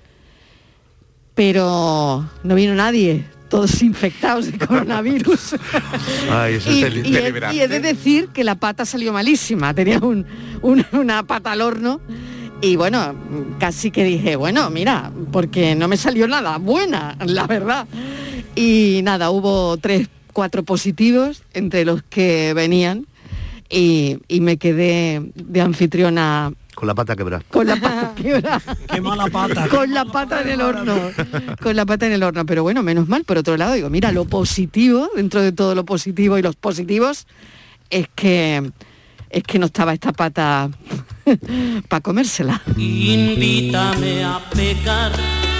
Pero no vino nadie, todos infectados de coronavirus. Ay, eso y deliberante. he de decir que la pata salió malísima, tenía una pata al horno. Y bueno, casi que dije, bueno, mira, porque no me salió nada buena, la verdad. Y nada, hubo 3-4 positivos entre los que venían y me quedé de anfitriona. Con la pata quebrada. Con la pata quebrada. Qué mala pata. Con la pata en el horno. Con la pata en el horno. Pero bueno, menos mal. Por otro lado, digo, mira, lo positivo, dentro de todo lo positivo y los positivos, es que no estaba esta pata para comérsela. Invítame a pecar,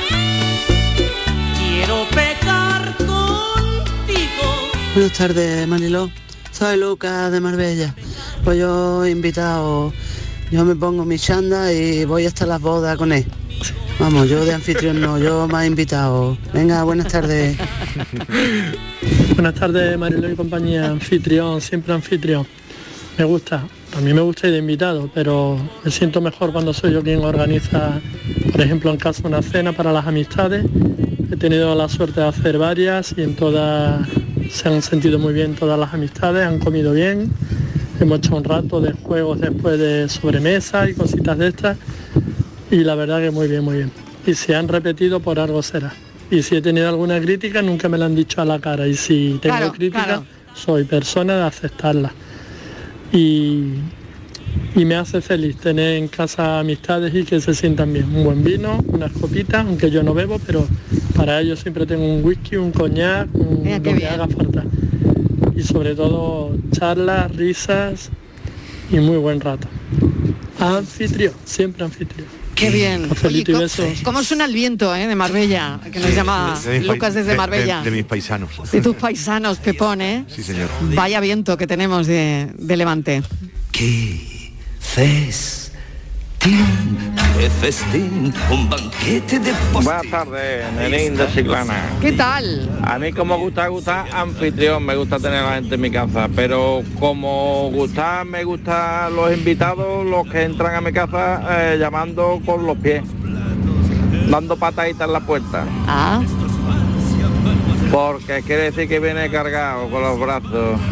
quiero pecar contigo. Buenas tardes, Mariló. Soy Lucas de Marbella. Pues yo he invitado, yo me pongo mi chanda y voy hasta las bodas con él. Vamos, yo de anfitrión no, yo me he invitado. Venga, buenas tardes. Buenas tardes, Mariló y compañía. Anfitrión, siempre anfitrión. Me gusta, a mí me gusta ir de invitado, pero me siento mejor cuando soy yo quien organiza, por ejemplo, en casa una cena para las amistades. He tenido la suerte de hacer varias y en todas se han sentido muy bien todas las amistades, han comido bien, hemos hecho un rato de juegos después de sobremesa y cositas de estas, y la verdad que muy bien, muy bien. Y si han repetido, por algo será. Y si he tenido alguna crítica, nunca me la han dicho a la cara, y si tengo crítica, soy persona de aceptarla. Y y me hace feliz tener en casa amistades y que se sientan bien. Un buen vino, unas copitas, aunque yo no bebo, pero para ellos siempre tengo un whisky, un coñac, lo que haga falta. Y sobre todo charlas, risas y muy buen rato. Anfitrión, siempre anfitrión. Qué bien. Oye, ¿cómo suena el viento de Marbella? Que nos llama Lucas desde Marbella. De mis paisanos. De tus paisanos, Pepón, ¿eh? Sí, señor. Vaya viento que tenemos de Levante. ¡Qué festín! ¡Qué festín! Un banquete de postín. Buenas tardes, Nenín de Chiclana. ¿Qué tal? A mí como gusta anfitrión, me gusta tener a la gente en mi casa, pero como me gustan los invitados, los que entran a mi casa llamando con los pies, dando pataditas en la puerta. Ah. Porque quiere decir que viene cargado con los brazos.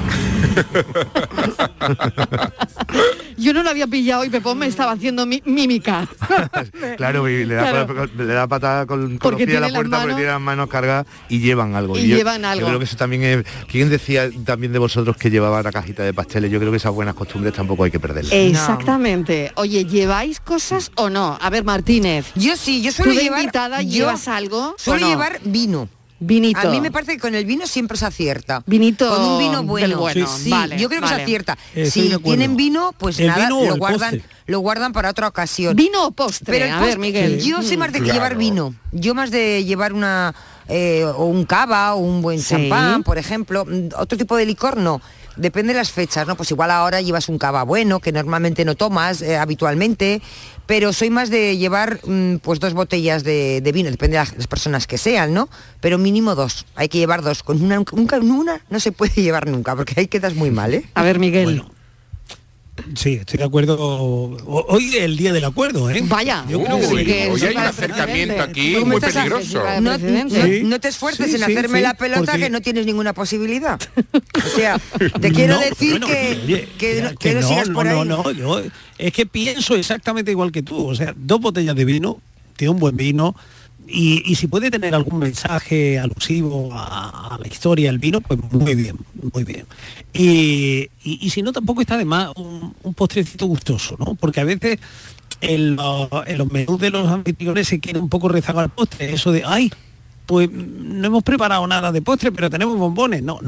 Yo no lo había pillado y Pepón me estaba haciendo mímica. Claro, y le da patada con los pies a la puerta porque tiene las manos cargadas y llevan algo. Yo creo que eso también es... ¿Quién decía también de vosotros que llevaba la cajita de pasteles? Yo creo que esas buenas costumbres tampoco hay que perderlas. Exactamente. No. Oye, ¿lleváis cosas o no? A ver, Martínez. Yo sí, yo suelo llevar... invitada, ¿llevas algo? Suelo llevar vino. Vinito. A mí me parece que con el vino siempre se acierta. Vinito. Con un vino bueno. Sí, vale, yo creo que se acierta. Si tienen vino, pues nada, lo guardan para otra ocasión. ¿Vino o postre? Pero a ver, Miguel. Yo soy más de llevar vino. Yo más de llevar o un cava o un buen champán, por ejemplo. Otro tipo de licor no. Depende de las fechas, ¿no? Pues igual ahora llevas un cava bueno, que normalmente no tomas habitualmente, pero soy más de llevar pues 2 botellas de vino, depende de las personas que sean, ¿no? Pero mínimo 2, hay que llevar 2. Con una no se puede llevar nunca, porque ahí quedas muy mal, ¿eh? A ver, Miguel. Bueno. Sí, estoy de acuerdo. Hoy es el día del acuerdo, ¿eh? Vaya. Yo creo que hoy hay un acercamiento aquí muy peligroso. No te esfuerces en hacerme la pelota porque... que no tienes ninguna posibilidad. O sea, te quiero decir que no sigas por ahí. No, yo es que pienso exactamente igual que tú. O sea, 2 botellas de vino, tiene un buen vino. Y si puede tener algún mensaje alusivo a la historia del vino, pues muy bien, muy bien. Y si no, tampoco está de más un postrecito gustoso, ¿no? Porque a veces en los menús de los anfitriones se quiere un poco rezagar el postre, eso de, ay, pues no hemos preparado nada de postre, pero tenemos bombones. No.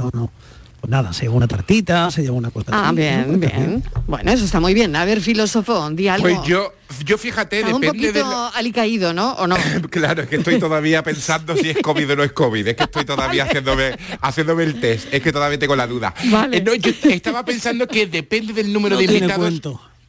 Pues nada, se lleva una tartita, se lleva una cosa. Ah, bien, bien. Bueno, eso está muy bien. A ver, filósofo, di algo. Pues yo fíjate, depende un poquito alicaído, ¿no? ¿O no? Claro, es que estoy todavía pensando si es COVID o no es COVID. Es que estoy todavía haciéndome el test. Es que todavía tengo la duda. Vale. No, yo estaba pensando que depende del número de invitados.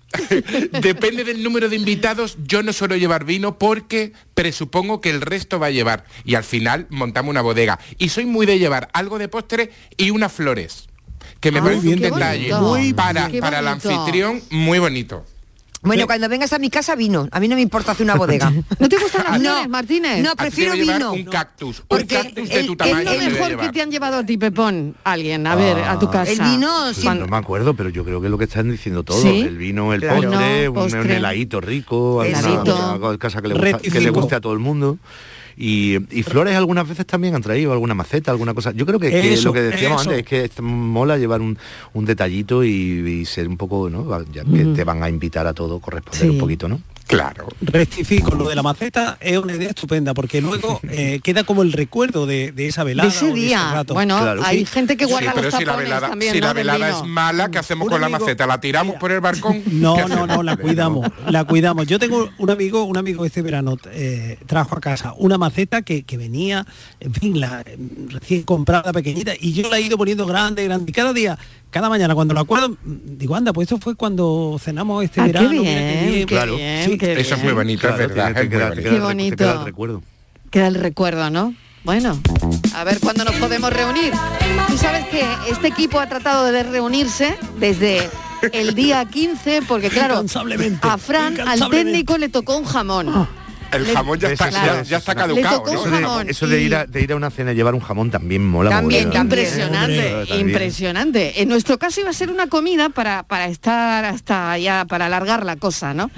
Depende del número de invitados. Yo no suelo llevar vino porque presupongo que el resto va a llevar y al final montamos una bodega, y soy muy de llevar algo de postre y unas flores, que me parece un detalle para el anfitrión muy bonito. Bueno, cuando vengas a mi casa, vino. A mí no me importa hacer una bodega. ¿No te gustan las flores, Martínez? No, prefiero vino. Un cactus. Porque un cactus de tu tamaño. Es lo mejor que te han llevado a ti, Pepón. Alguien, a ver, a tu casa. El vino... No me acuerdo, pero yo creo que es lo que están diciendo todos. ¿Sí? El vino, el postre, un heladito rico, alguna cosa que le guste a todo el mundo. Y flores algunas veces también han traído alguna maceta, alguna cosa. Yo creo que lo que decíamos antes es que mola llevar un detallito y ser un poco, ¿no? Ya que te van a invitar a todo, corresponder un poquito, ¿no? Claro. Rectifico, lo de la maceta es una idea estupenda, porque luego queda como el recuerdo de esa velada. De ese día. Ese rato. Bueno, claro, hay gente que guarda los tapones también, si la velada es mala, ¿qué hacemos con la maceta? ¿La tiramos por el balcón? No, la cuidamos. Yo tengo un amigo este verano trajo a casa una maceta que venía, en fin, recién comprada, pequeñita, y yo la he ido poniendo grande, y cada mañana cuando lo acuerdo, digo, anda, pues esto fue cuando cenamos este verano. Qué bien, claro. Bien, eso es muy bonito, es verdad. Qué bonito. Queda el recuerdo. Queda el recuerdo, ¿no? Bueno, a ver cuándo nos podemos reunir. Tú sabes que este equipo ha tratado de reunirse desde el día 15, porque claro, a Fran, al técnico, le tocó un jamón. El jamón ya está caducado, ¿no? Eso de ir a una cena y llevar un jamón también mola. También, impresionante. En nuestro caso iba a ser una comida para estar hasta ya, para alargar la cosa, ¿no?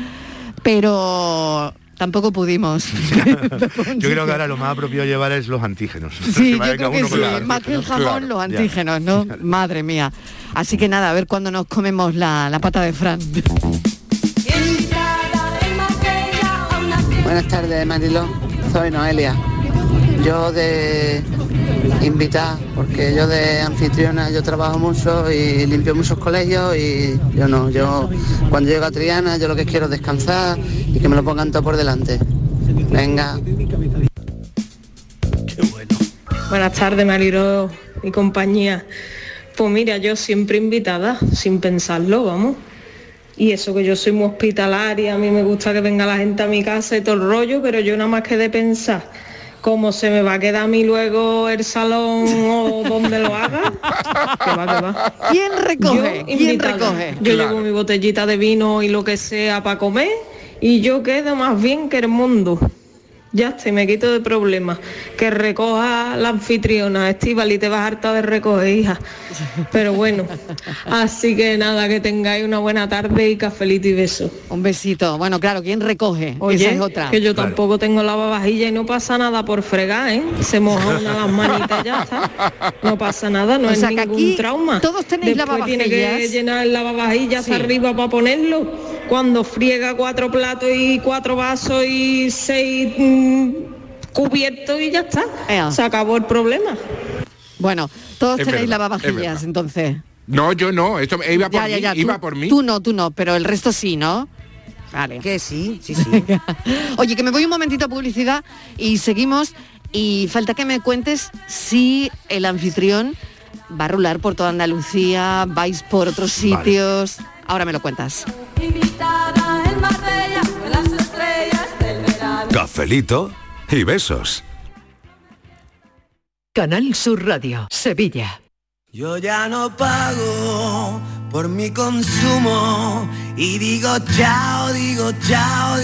Pero tampoco pudimos. Yo creo que ahora lo más apropiado llevar es los antígenos. Sí, yo creo que sí, más que el jamón, los antígenos, ¿no? Madre mía. Así que nada, a ver cuándo nos comemos la pata de Fran. Buenas tardes, Mariló. Soy Noelia. Yo de invitar, porque yo de anfitriona, yo trabajo mucho y limpio muchos colegios y yo cuando llego a Triana, yo lo que quiero es descansar y que me lo pongan todo por delante. Venga. Buenas tardes, Mariló y compañía. Pues mira, yo siempre invitada, sin pensarlo, vamos. Y eso que yo soy muy hospitalaria, a mí me gusta que venga la gente a mi casa y todo el rollo, pero yo nada más que de pensar cómo se me va a quedar a mí luego el salón o donde lo haga, que va. ¿Quién recoge? ¿Quién recoge? Yo llevo mi botellita de vino y lo que sea para comer y yo quedo más bien que el mundo. Ya está, me quito de problemas. Que recoja la anfitriona, Estíbaliz, te vas harta de recoger, hija. Pero bueno, así que nada, que tengáis una buena tarde y cafelito y beso. Un besito. Bueno, claro, ¿quién recoge? Oye, esa es otra. Que yo tampoco tengo lavavajilla y no pasa nada por fregar, ¿eh? Se moja una las manitas y ya está. No pasa nada, no es ningún trauma. Todos tenéis Después tiene que llenar el lavavajillas arriba para ponerlo. Cuando friega 4 platos y 4 vasos y 6 cubiertos y ya está. Se acabó el problema. Bueno, todos Es tenéis verdad, lavavajillas, entonces. No, yo no, esto iba por mí, iba por mí. Tú no, pero el resto sí, ¿no? Vale. Que sí. Oye, que me voy un momentito a publicidad y seguimos. Y falta que me cuentes si el anfitrión va a rular por toda Andalucía, vais por otros sitios. Ahora me lo cuentas. Cafelito y besos. Canal Sur Radio, Sevilla. Yo ya no pago por mi consumo y digo chao, chao,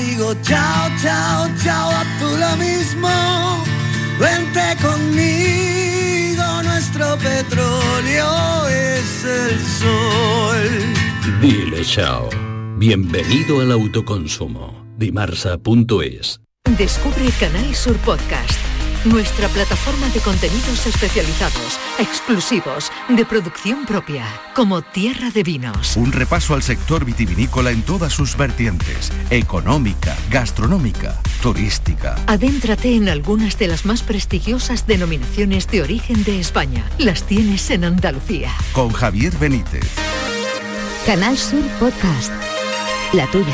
haz tú lo mismo. Vente conmigo, nuestro petróleo es el sol. Dile chao. Bienvenido al autoconsumo. Dimarsa.es. Descubre Canal Sur Podcast, nuestra plataforma de contenidos especializados, exclusivos, de producción propia, como Tierra de Vinos. Un repaso al sector vitivinícola en todas sus vertientes: económica, gastronómica, turística. Adéntrate en algunas de las más prestigiosas denominaciones de origen de España. Las tienes en Andalucía. Con Javier Benítez. Canal Sur Podcast, la tuya.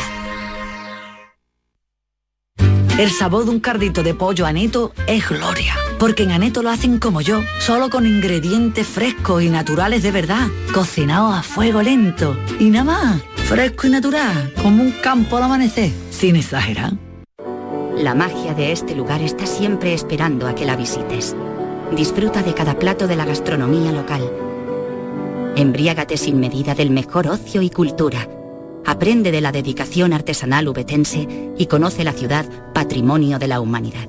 El sabor de un cardito de pollo Aneto es gloria, porque en Aneto lo hacen como yo, solo con ingredientes frescos y naturales de verdad, cocinados a fuego lento. Y nada más, fresco y natural, como un campo al amanecer, sin exagerar. La magia de este lugar está siempre esperando a que la visites. Disfruta de cada plato de la gastronomía local. Embriágate sin medida del mejor ocio y cultura. Aprende de la dedicación artesanal ubetense y conoce la ciudad patrimonio de la humanidad.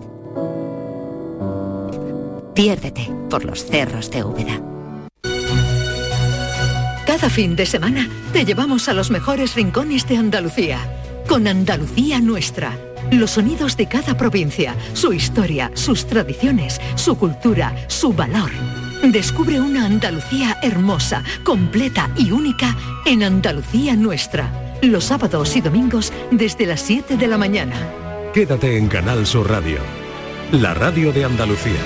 Piérdete por los cerros de Úbeda. Cada fin de semana te llevamos a los mejores rincones de Andalucía, con Andalucía Nuestra. Los sonidos de cada provincia, su historia, sus tradiciones, su cultura, su valor. Descubre una Andalucía hermosa, completa y única en Andalucía Nuestra. Los sábados y domingos desde las 7 de la mañana. Quédate en Canal Sur Radio, la radio de Andalucía.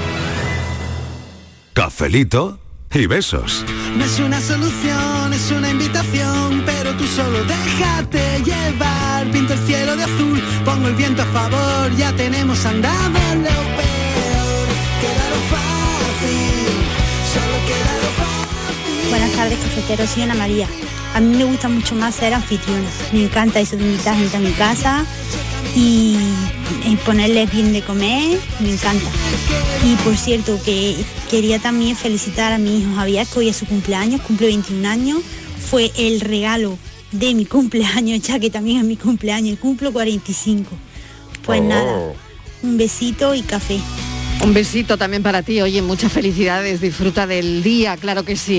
Cafelito y besos. No es una solución, es una invitación, pero tú solo déjate llevar. Pinto el cielo de azul, pongo el viento a favor, ya tenemos andado lo peor. Queda lo fácil, solo queda lo fácil. Buenas tardes, cafeteros, soy Ana María. A mí me gusta mucho más ser anfitriona. Me encanta eso de invitar gente a mi casa y ponerles bien de comer, me encanta. Y por cierto, que quería también felicitar a mi hijo Javier, que hoy es su cumpleaños, cumple 21 años. Fue el regalo de mi cumpleaños, ya que también es mi cumpleaños y cumplo 45. Pues nada, un besito y café. Un besito también para ti, oye, muchas felicidades, disfruta del día, claro que sí.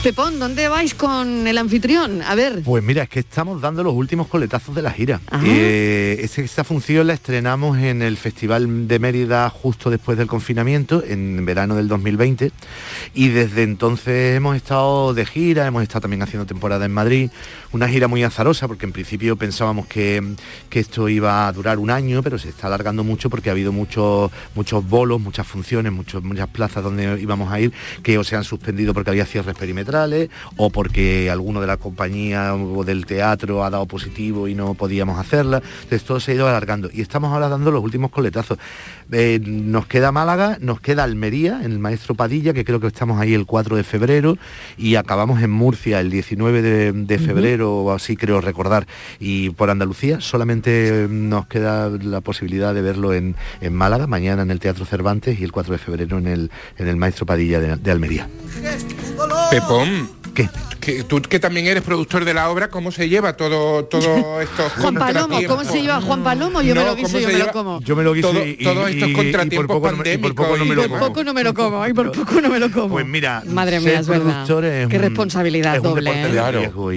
Pepón, ¿dónde vais con el anfitrión? A ver. Pues mira, es que estamos dando los últimos coletazos de la gira. Esta función la estrenamos en el Festival de Mérida justo después del confinamiento, en verano del 2020, y desde entonces hemos estado de gira, hemos estado también haciendo temporada en Madrid, una gira muy azarosa, porque en principio pensábamos que esto iba a durar un año, pero se está alargando mucho porque ha habido muchos bolos, muchas funciones, muchas plazas donde íbamos a ir, que o se han suspendido porque había cierres perimetrales, o porque alguno de la compañía o del teatro ha dado positivo y no podíamos hacerla. Entonces todo se ha ido alargando y estamos ahora dando los últimos coletazos. Nos queda Málaga, nos queda Almería, en el Maestro Padilla, que creo que estamos ahí el 4 de febrero, y acabamos en Murcia el 19 de febrero, o así creo recordar, y por Andalucía solamente nos queda la posibilidad de verlo en Málaga, mañana en el Teatro Cervantes, y el 4 de febrero en el Maestro Padilla de Almería. Pepón, ¿qué? Que tú que también eres productor de la obra, ¿cómo se lleva todo esto? Juan Palomo, ¿cómo se lleva Juan Palomo? Yo me lo guiso, yo me lo como. Yo me lo guiso todos estos contratiempos pandémicos. Y por poco no me lo como. Y por poco no me lo como. Pues mira, madre mía, es verdad. Qué responsabilidad es doble. Un deporte de riesgo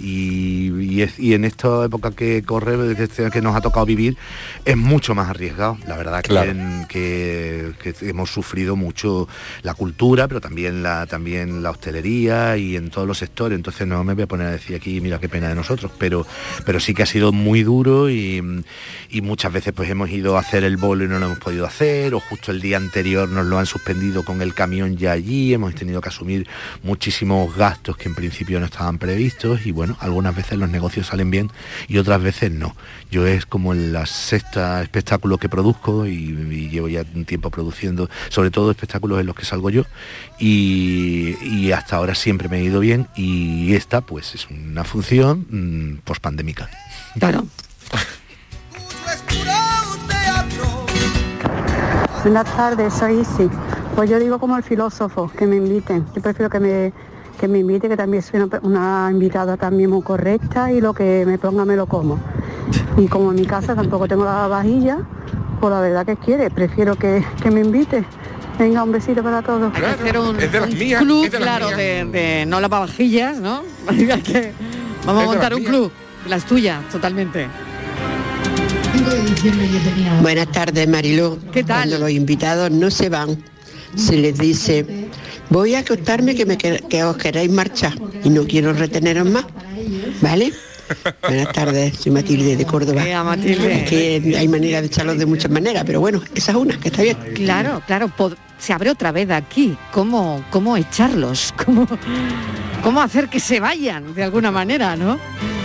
y en esta época que corre, que nos ha tocado vivir, es mucho más arriesgado. La verdad que hemos sufrido mucho la cultura, pero también la hostelería y en todos los sectores. Entonces no me voy a poner a decir aquí, mira qué pena de nosotros, pero sí que ha sido muy duro y muchas veces pues hemos ido a hacer el bolo y no lo hemos podido hacer, o justo el día anterior nos lo han suspendido con el camión ya allí, hemos tenido que asumir muchísimos gastos que en principio no estaban previstos, y bueno, algunas veces los negocios salen bien y otras veces no. Yo es como la sexta espectáculo que produzco y llevo ya un tiempo produciendo, sobre todo espectáculos en los que salgo yo, y hasta ahora siempre me ha ido bien, y esta pues es una función pospandémica. Claro. Buenas tardes, soy Isi. Pues yo digo como el filósofo, que me inviten. Yo prefiero que me invite, que también soy una invitada también muy correcta, y lo que me ponga me lo como. Y como en mi casa tampoco tengo la vajilla, pues la verdad que prefiero que me invite. Venga, un besito para todos. Hay que hacer un mías, club, claro, de no lavavajillas, ¿no? Vamos a montar un club, las tuyas, totalmente. Buenas tardes, Mariló. ¿Qué tal? Cuando los invitados no se van, se les dice, voy a acostarme que os queréis marchar y no quiero reteneros más, ¿vale? Buenas tardes, soy Matilde de Córdoba. Matilde. Es que hay manera de echarlos de muchas maneras, pero bueno, esa es una, que está bien. Claro, se abre otra vez aquí. ¿Cómo echarlos? ¿Cómo hacer que se vayan de alguna manera, no?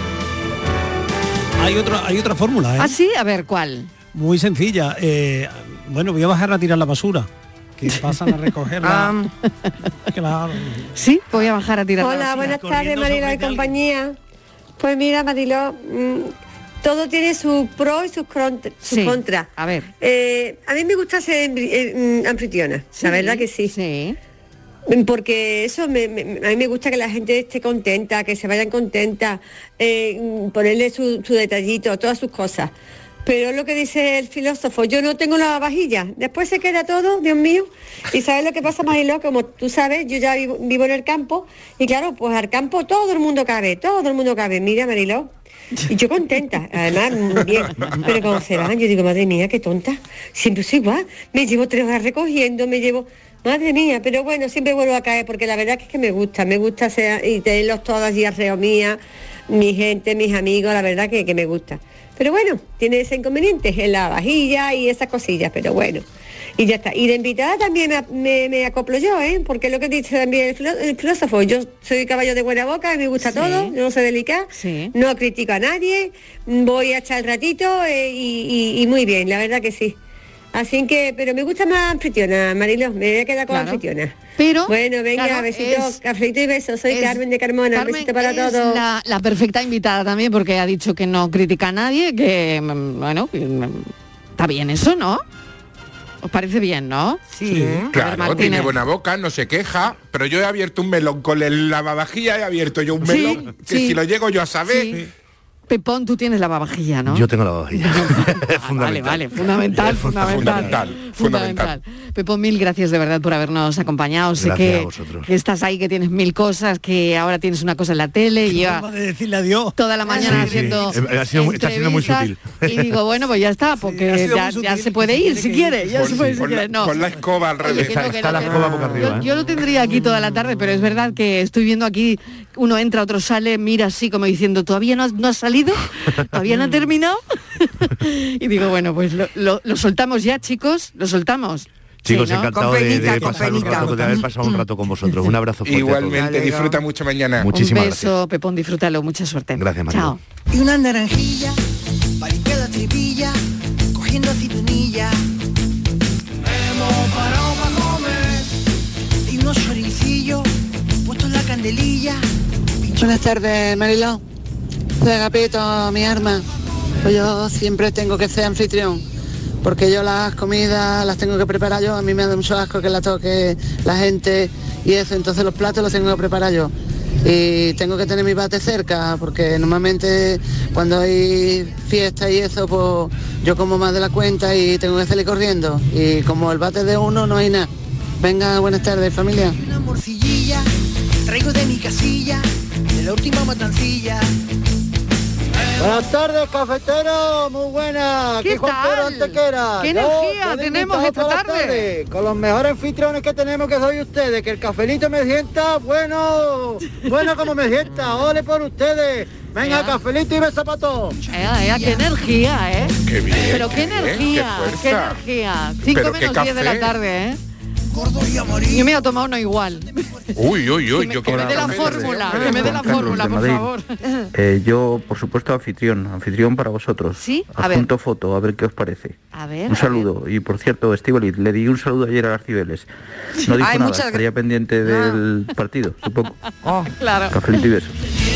Hay otra fórmula, ¿eh? ¿Ah, sí? A ver, ¿cuál? Muy sencilla. Bueno, voy a bajar a tirar la basura. Que pasan a recogerla. Claro. Sí, voy a bajar a tirar la basura. Hola, buenas tardes, Mariló y compañía. Pues mira, Mariló, todo tiene sus pros y sus contras. A ver. A mí me gusta ser anfitriona, la verdad que sí. Porque eso, a mí me gusta que la gente esté contenta, que se vayan contenta, ponerle su detallito, todas sus cosas. Pero es lo que dice el filósofo, yo no tengo la vajilla, después se queda todo, Dios mío. Y ¿sabes lo que pasa, Mariló? Como tú sabes, yo ya vivo en el campo, y claro, pues al campo todo el mundo cabe. Mira, Mariló, y yo contenta, además bien, pero cuando se van, yo digo, madre mía, qué tonta, siempre soy igual, me llevo 3 horas recogiendo, madre mía, pero bueno, siempre vuelvo a caer, porque la verdad es que me gusta y tenerlos todos allí alrededor mía, mi gente, mis amigos, la verdad que me gusta. Pero bueno, tiene ese inconveniente en la vajilla y esas cosillas, pero bueno, y ya está. Y de invitada también me acoplo yo, porque es lo que dice también el filósofo, yo soy caballo de buena boca, me gusta todo, no soy delicada, no critico a nadie, voy a echar el ratito y muy bien, la verdad que sí. Así que, pero me gusta más anfitriona, Mariló, me voy a quedar con anfitriona. Pero, bueno, venga, besitos, cafelito y besos. Soy Carmen de Carmona, un besito para todos. La perfecta invitada también, porque ha dicho que no critica a nadie, que, bueno, está bien eso, ¿no? ¿Os parece bien, no? Sí. Claro, tiene buena boca, no se queja, pero yo he abierto un melón con el lavavajillas, he abierto yo un melón, que si lo llego yo a saber... Pepón, tú tienes lavavajilla, ¿no? Yo tengo lavavajilla. Vale, fundamental. Pepón, mil gracias de verdad por habernos acompañado. Sé que estás ahí, que tienes mil cosas, que ahora tienes una cosa en la tele y ya de decirle adiós toda la mañana haciendo está siendo muy sutil. Y digo, bueno, pues ya está, porque ya se puede ir si quiere. No. Con la escoba al revés. Está la escoba boca arriba. Yo lo tendría aquí toda la tarde, pero es verdad que estoy viendo aquí, uno entra, otro sale, mira así como diciendo, todavía no ha salido, todavía no ha terminado. Y digo, bueno, pues lo soltamos ya, chicos, lo soltamos. Chicos, sí, ¿no? encantado de pasar un rato, de haber pasado un rato con vosotros. Un abrazo fuerte. Igualmente, disfruta mucho mañana. Muchísimas gracias. Un beso, Pepón, disfrútalo, mucha suerte. Gracias, María. Chao. Y una naranjilla, para limpiar la tripilla, cogiendo aceitunilla. Hemos parado para comer, y unos choricillos, puestos en la candelilla. Buenas tardes, Mariló. Soy Agapito, mi arma. Pues yo siempre tengo que ser anfitrión, porque yo las comidas las tengo que preparar yo. A mí me da mucho asco que la toque la gente y eso, entonces los platos los tengo que preparar yo. Y tengo que tener mi bate cerca, porque normalmente cuando hay fiesta y eso, pues yo como más de la cuenta y tengo que salir corriendo. Y como el bate de uno no hay nada. Venga, buenas tardes, familia. Una morcillilla, traigo de mi casilla, de la última matancilla. Buenas tardes, cafetero, muy buena. ¿Qué tal? ¿Qué energía tenemos esta tarde? Con los mejores anfitriones que tenemos, que soy ustedes, que el cafelito me sienta bueno como me sienta, ole por ustedes. Venga, cafelito y beso para todos. Qué energía, ¿eh? Qué bien. Pero qué energía, qué energía. 5 menos 10 de la tarde, ¿eh? Yo me he tomado uno igual. Uy, que me dé la fórmula, por favor. Yo, por supuesto, anfitrión para vosotros. Sí, adjunto foto, a ver qué os parece. A ver. Un saludo. Y por cierto, Estíbaliz, le di un saludo ayer a Garcibeles. No dijo nada, estaría pendiente del partido, supongo. Claro. Cafelito y besos.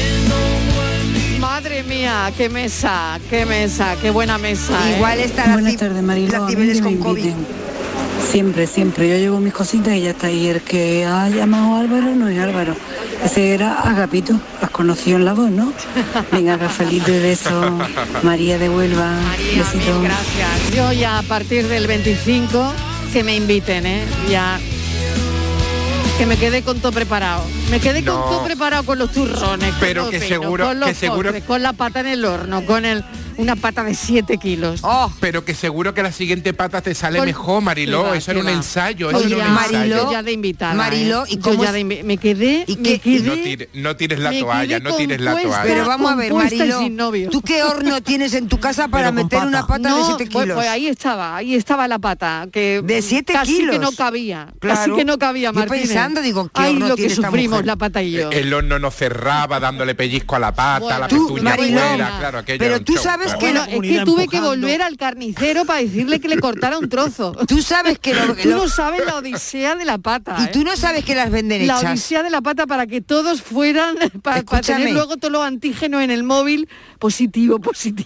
Madre mía, qué mesa, qué buena mesa. Igual está Buenas tardes, Mariló. Garcibeles con COVID. Siempre, yo llevo mis cositas y ya está. Y el que ha llamado Álvaro no es Álvaro. Ese era Agapito. Has conocido en la voz, ¿no? Venga, cafelito y beso. María de Huelva. María, gracias. Yo ya a partir del 25 que me inviten, ya. Que me quedé con todo preparado. Con todo preparado con los turrones. Pero que seguro, postres, con la pata en el horno, con una pata de 7 kilos. Pero que seguro que la siguiente pata te sale mejor, Mariló. Eso era un ensayo. Mariló, ya de invitada. Mariló, ¿y cómo me quedé? No tires la toalla. Pero vamos a ver, Mariló, ¿tú qué horno tienes en tu casa para meter una pata de 7 kilos? Pues ahí estaba la pata. Que de 7 kilos. Casi que no cabía. Claro. Casi que no cabía, Martínez. Yo pensando, digo, ¿qué horno lo que tiene esta sufrimos, mujer? la pata y yo. El horno no cerraba, dándole pellizco a la pata, la pezuña fuera, claro, aquello. Pero tú sabes que es que tuve que volver al carnicero para decirle que le cortara un trozo. Tú sabes que tú no sabes la odisea de la pata. Y tú no sabes que las venden hechas. La odisea de la pata para que todos fueran, para tener luego todos los antígenos en el móvil, positivo.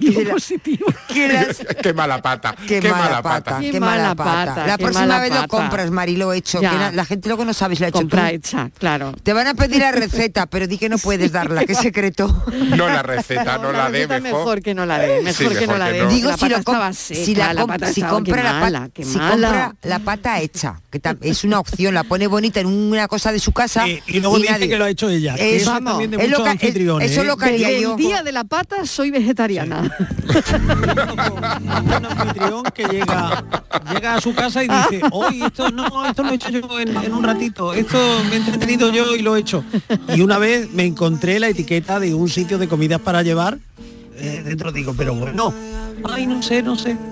Qué mala pata. Qué mala pata. La próxima vez lo compras, Mariló, hecho. Que la gente luego no sabe si lo ha hecho compra tú. Hecha, claro. Te van a pedir la receta, pero di que no puedes darla, que es secreto. No la receta, no la dé mejor que no la dé. Mejor que no la dé. Digo, la pata estaba seca, si compra la pata hecha, que es una opción, la pone bonita en una cosa de su casa y luego dice que lo ha hecho ella. Eso lo que haría yo. El día de la pata soy vegetariana. Un anfitrión que llega a su casa y dice, hoy esto lo he hecho yo en un ratito, esto me he entretenido yo y lo he hecho. Y una vez me encontré la etiqueta de un sitio de comidas para llevar, dentro digo, pero bueno, ay, no sé.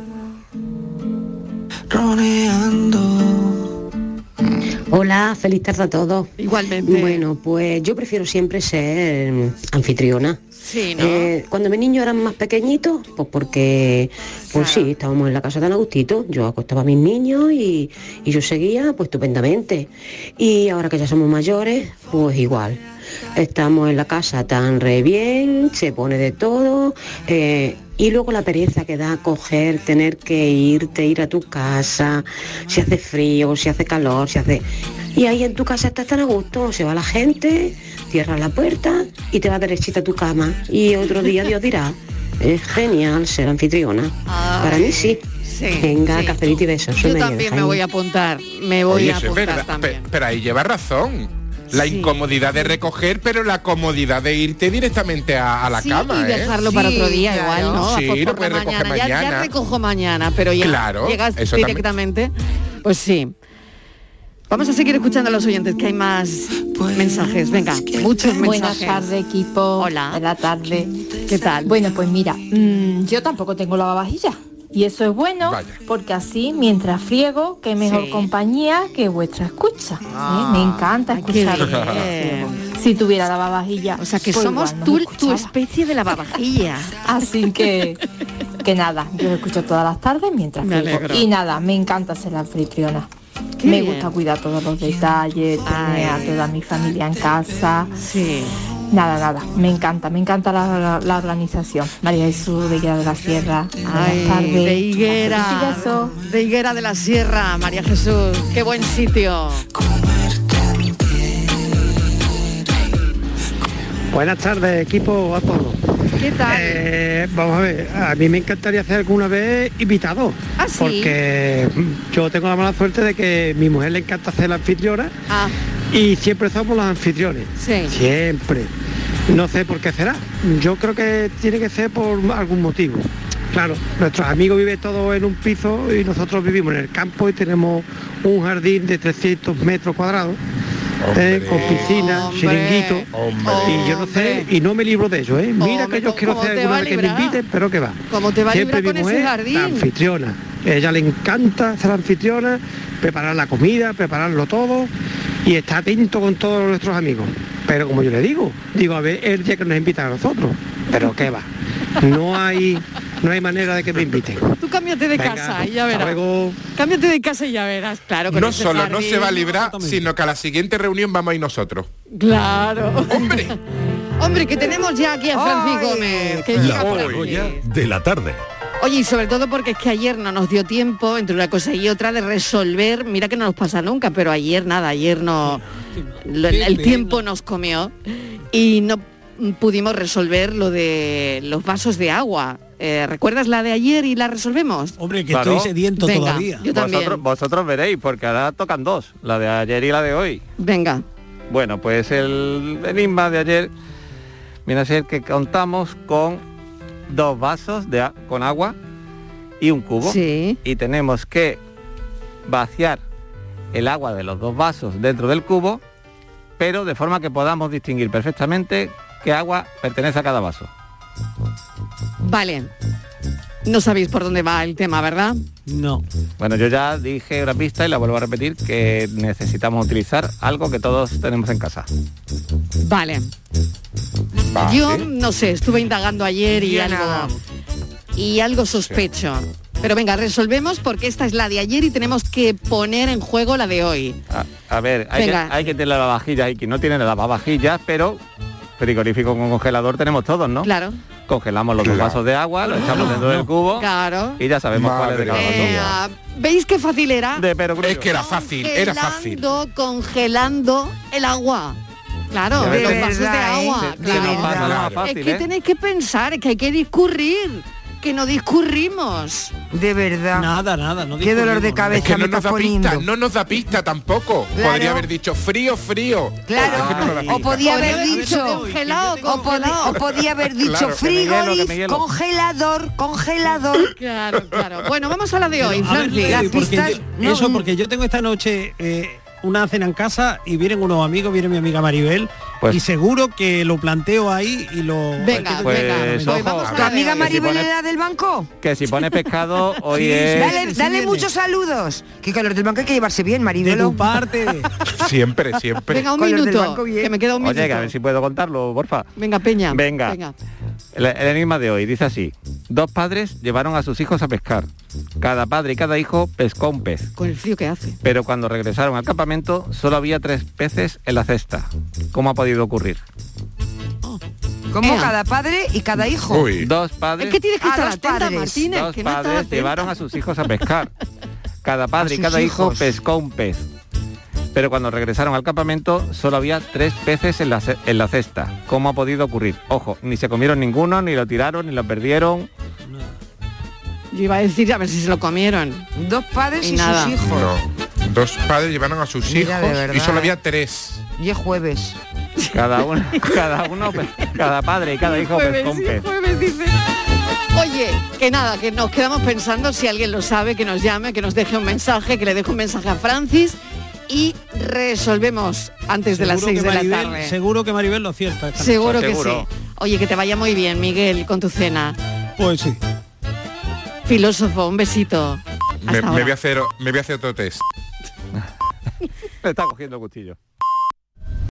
Hola, feliz tarde a todos. Igualmente. Bueno, pues yo prefiero siempre ser anfitriona. Sí, ¿no? Cuando mis niños eran más pequeñitos, pues porque, sí, estábamos en la casa tan a gustito, yo acostaba a mis niños y yo seguía pues estupendamente. Y ahora que ya somos mayores, pues igual. Estamos en la casa tan re bien, se pone de todo, y luego la pereza que da coger, tener que ir a tu casa, si hace frío, si hace calor, y ahí en tu casa estás tan a gusto, se va la gente, cierras la puerta y te vas derechita a tu cama. Y otro día Dios dirá, es genial ser anfitriona. Para mí sí. Venga, cafelito y besos. Yo también me voy a apuntar. Me voy a apuntar también. Pero ahí lleva razón. La incomodidad de recoger, pero la comodidad de irte directamente a la cama. Y dejarlo para otro día igual, ¿no? Sí, lo puedes recoger mañana. Ya recojo mañana, pero ya llegas directamente. Pues sí. Vamos a seguir escuchando a los oyentes, que hay más mensajes. Venga, muchos mensajes. Buenas tardes, equipo. Hola. Buenas tardes. ¿Qué tal? Bueno, pues mira, yo tampoco tengo lavavajillas. Y eso es bueno, porque así, mientras friego, qué mejor compañía que vuestra escucha. Me encanta escuchar. Si tuviera lavavajillas. O sea, que pues somos tu especie de lavavajilla. Así que nada, yo lo escucho todas las tardes mientras friego. Y nada, me encanta ser la anfitriona. Me gusta cuidar todos los detalles, tener a toda mi familia en casa. Sí. Nada, me encanta la organización. María Jesús de Higuera de la Sierra. Ay, de Higuera de la Sierra, María Jesús, qué buen sitio. Buenas tardes, equipo, a todos. ¿Qué tal? Vamos a ver, a mí me encantaría hacer alguna vez invitado. ¿Ah, sí? Porque yo tengo la mala suerte de que mi mujer le encanta hacer la anfitriona. Y siempre somos los anfitriones. Sí. Siempre. No sé por qué será. Yo creo que tiene que ser por algún motivo. Claro, nuestros amigos viven todos en un piso y nosotros vivimos en el campo y tenemos un jardín de 300 metros cuadrados. Con piscina, chiringuito. Y yo no sé, y no me libro de ello, Mira que yo quiero hacer alguna vez que me inviten, pero que va. ¿Cómo te va a Siempre librar con ese jardín? La anfitriona. A ella le encanta ser anfitriona, preparar la comida, prepararlo todo y está atento con todos nuestros amigos. Pero como yo le digo, a ver el día que nos invitan a nosotros. Pero qué va. No hay manera de que me inviten. Tú cámbiate de casa y ya verás. Cámbiate de casa y ya verás, claro. No solo no se va a librar, sino que a la siguiente reunión vamos a ir nosotros. Claro. Hombre, que tenemos ya aquí a Francis Gómez. Que la paranoia de la tarde. Oye, y sobre todo porque es que ayer no nos dio tiempo, entre una cosa y otra, de resolver. Mira que no nos pasa nunca, pero ayer no. El tiempo nos comió y no pudimos resolver lo de los vasos de agua. ¿Recuerdas la de ayer y la resolvemos? Hombre, que estoy sediento todavía. Yo también. Vosotros veréis, porque ahora tocan dos, la de ayer y la de hoy. Venga. Bueno, pues el enigma de ayer viene a ser que contamos con 2 vasos con agua y un cubo. Sí. Y tenemos que vaciar el agua de los 2 vasos dentro del cubo, pero de forma que podamos distinguir perfectamente qué agua pertenece a cada vaso. Vale. No sabéis por dónde va el tema, ¿verdad? No. Bueno, yo ya dije una pista y la vuelvo a repetir, que necesitamos utilizar algo que todos tenemos en casa. Vale. Yo no sé, estuve indagando ayer y algo sospecho. Pero venga, resolvemos porque esta es la de ayer y tenemos que poner en juego la de hoy. A ver, hay que tener la lavavajillas, hay quien no tiene la lavavajillas, pero frigorífico con congelador tenemos todos, ¿no? Claro. Congelamos los 2 vasos de agua, lo echamos dentro del cubo. Claro. Y ya sabemos cuál es de cada vaso. ¿Veis qué fácil era? Es que era fácil, Congelando el agua. Claro, de los vasos de agua. Claro. Es que tenéis que pensar, es que hay que discurrir. Que no discurrimos. De verdad. Nada. No qué dolor de cabeza es que me estás poniendo. No nos da pista tampoco. Claro. Podría haber dicho frío. Claro. O podía haber dicho congelado. O podía haber dicho claro, frigorífico, congelador. Claro. Bueno, vamos a la de hoy, Francis. Las pistas. Porque yo tengo esta noche una cena en casa y vienen unos amigos, viene mi amiga Maribel, y seguro que lo planteo ahí y lo... Venga. Ojo, ¿Tu amiga Maribel era del banco? Que si pone pescado, hoy es... Dale muchos saludos. Que con los del banco hay que llevarse bien, Maribel. De tu parte. Siempre. Venga, un minuto, que me queda un minuto. Oye, a ver si puedo contarlo, porfa. Venga, Peña. Venga. El enigma de hoy dice así: 2 padres llevaron a sus hijos a pescar. Cada padre y cada hijo pescó un pez. Con el frío que hace. Pero cuando regresaron al campamento solo había 3 peces en la cesta. ¿Cómo ha podido ocurrir? ¿Cómo? Cada padre y cada hijo. Uy. 2 padres. Es que tienes que estar atenta, Martínez. 2 padres llevaron a sus hijos a pescar. Cada padre y cada hijo pescó un pez. Pero cuando regresaron al campamento solo había 3 peces en la cesta. ¿Cómo ha podido ocurrir? Ojo, ni se comieron ninguno, ni lo tiraron, ni lo perdieron. Yo iba a decir a ver si se lo comieron. 2 padres y nada. sus hijos. No, 2 padres llevaron a sus Mira, hijos y solo había 3. Y es jueves. Cada padre y cada hijo jueves, con pez. Jueves, dice. Oye, que nada, que nos quedamos pensando, si alguien lo sabe, que nos llame, que nos deje un mensaje, que le deje un mensaje a Francis y resolvemos antes de las 6 de la tarde. Seguro que Maribel lo acierta. Seguro que sí. Oye, que te vaya muy bien, Miguel, con tu cena. Pues sí. Filósofo, un besito. Me voy a hacer otro test. Me está cogiendo el cuchillo.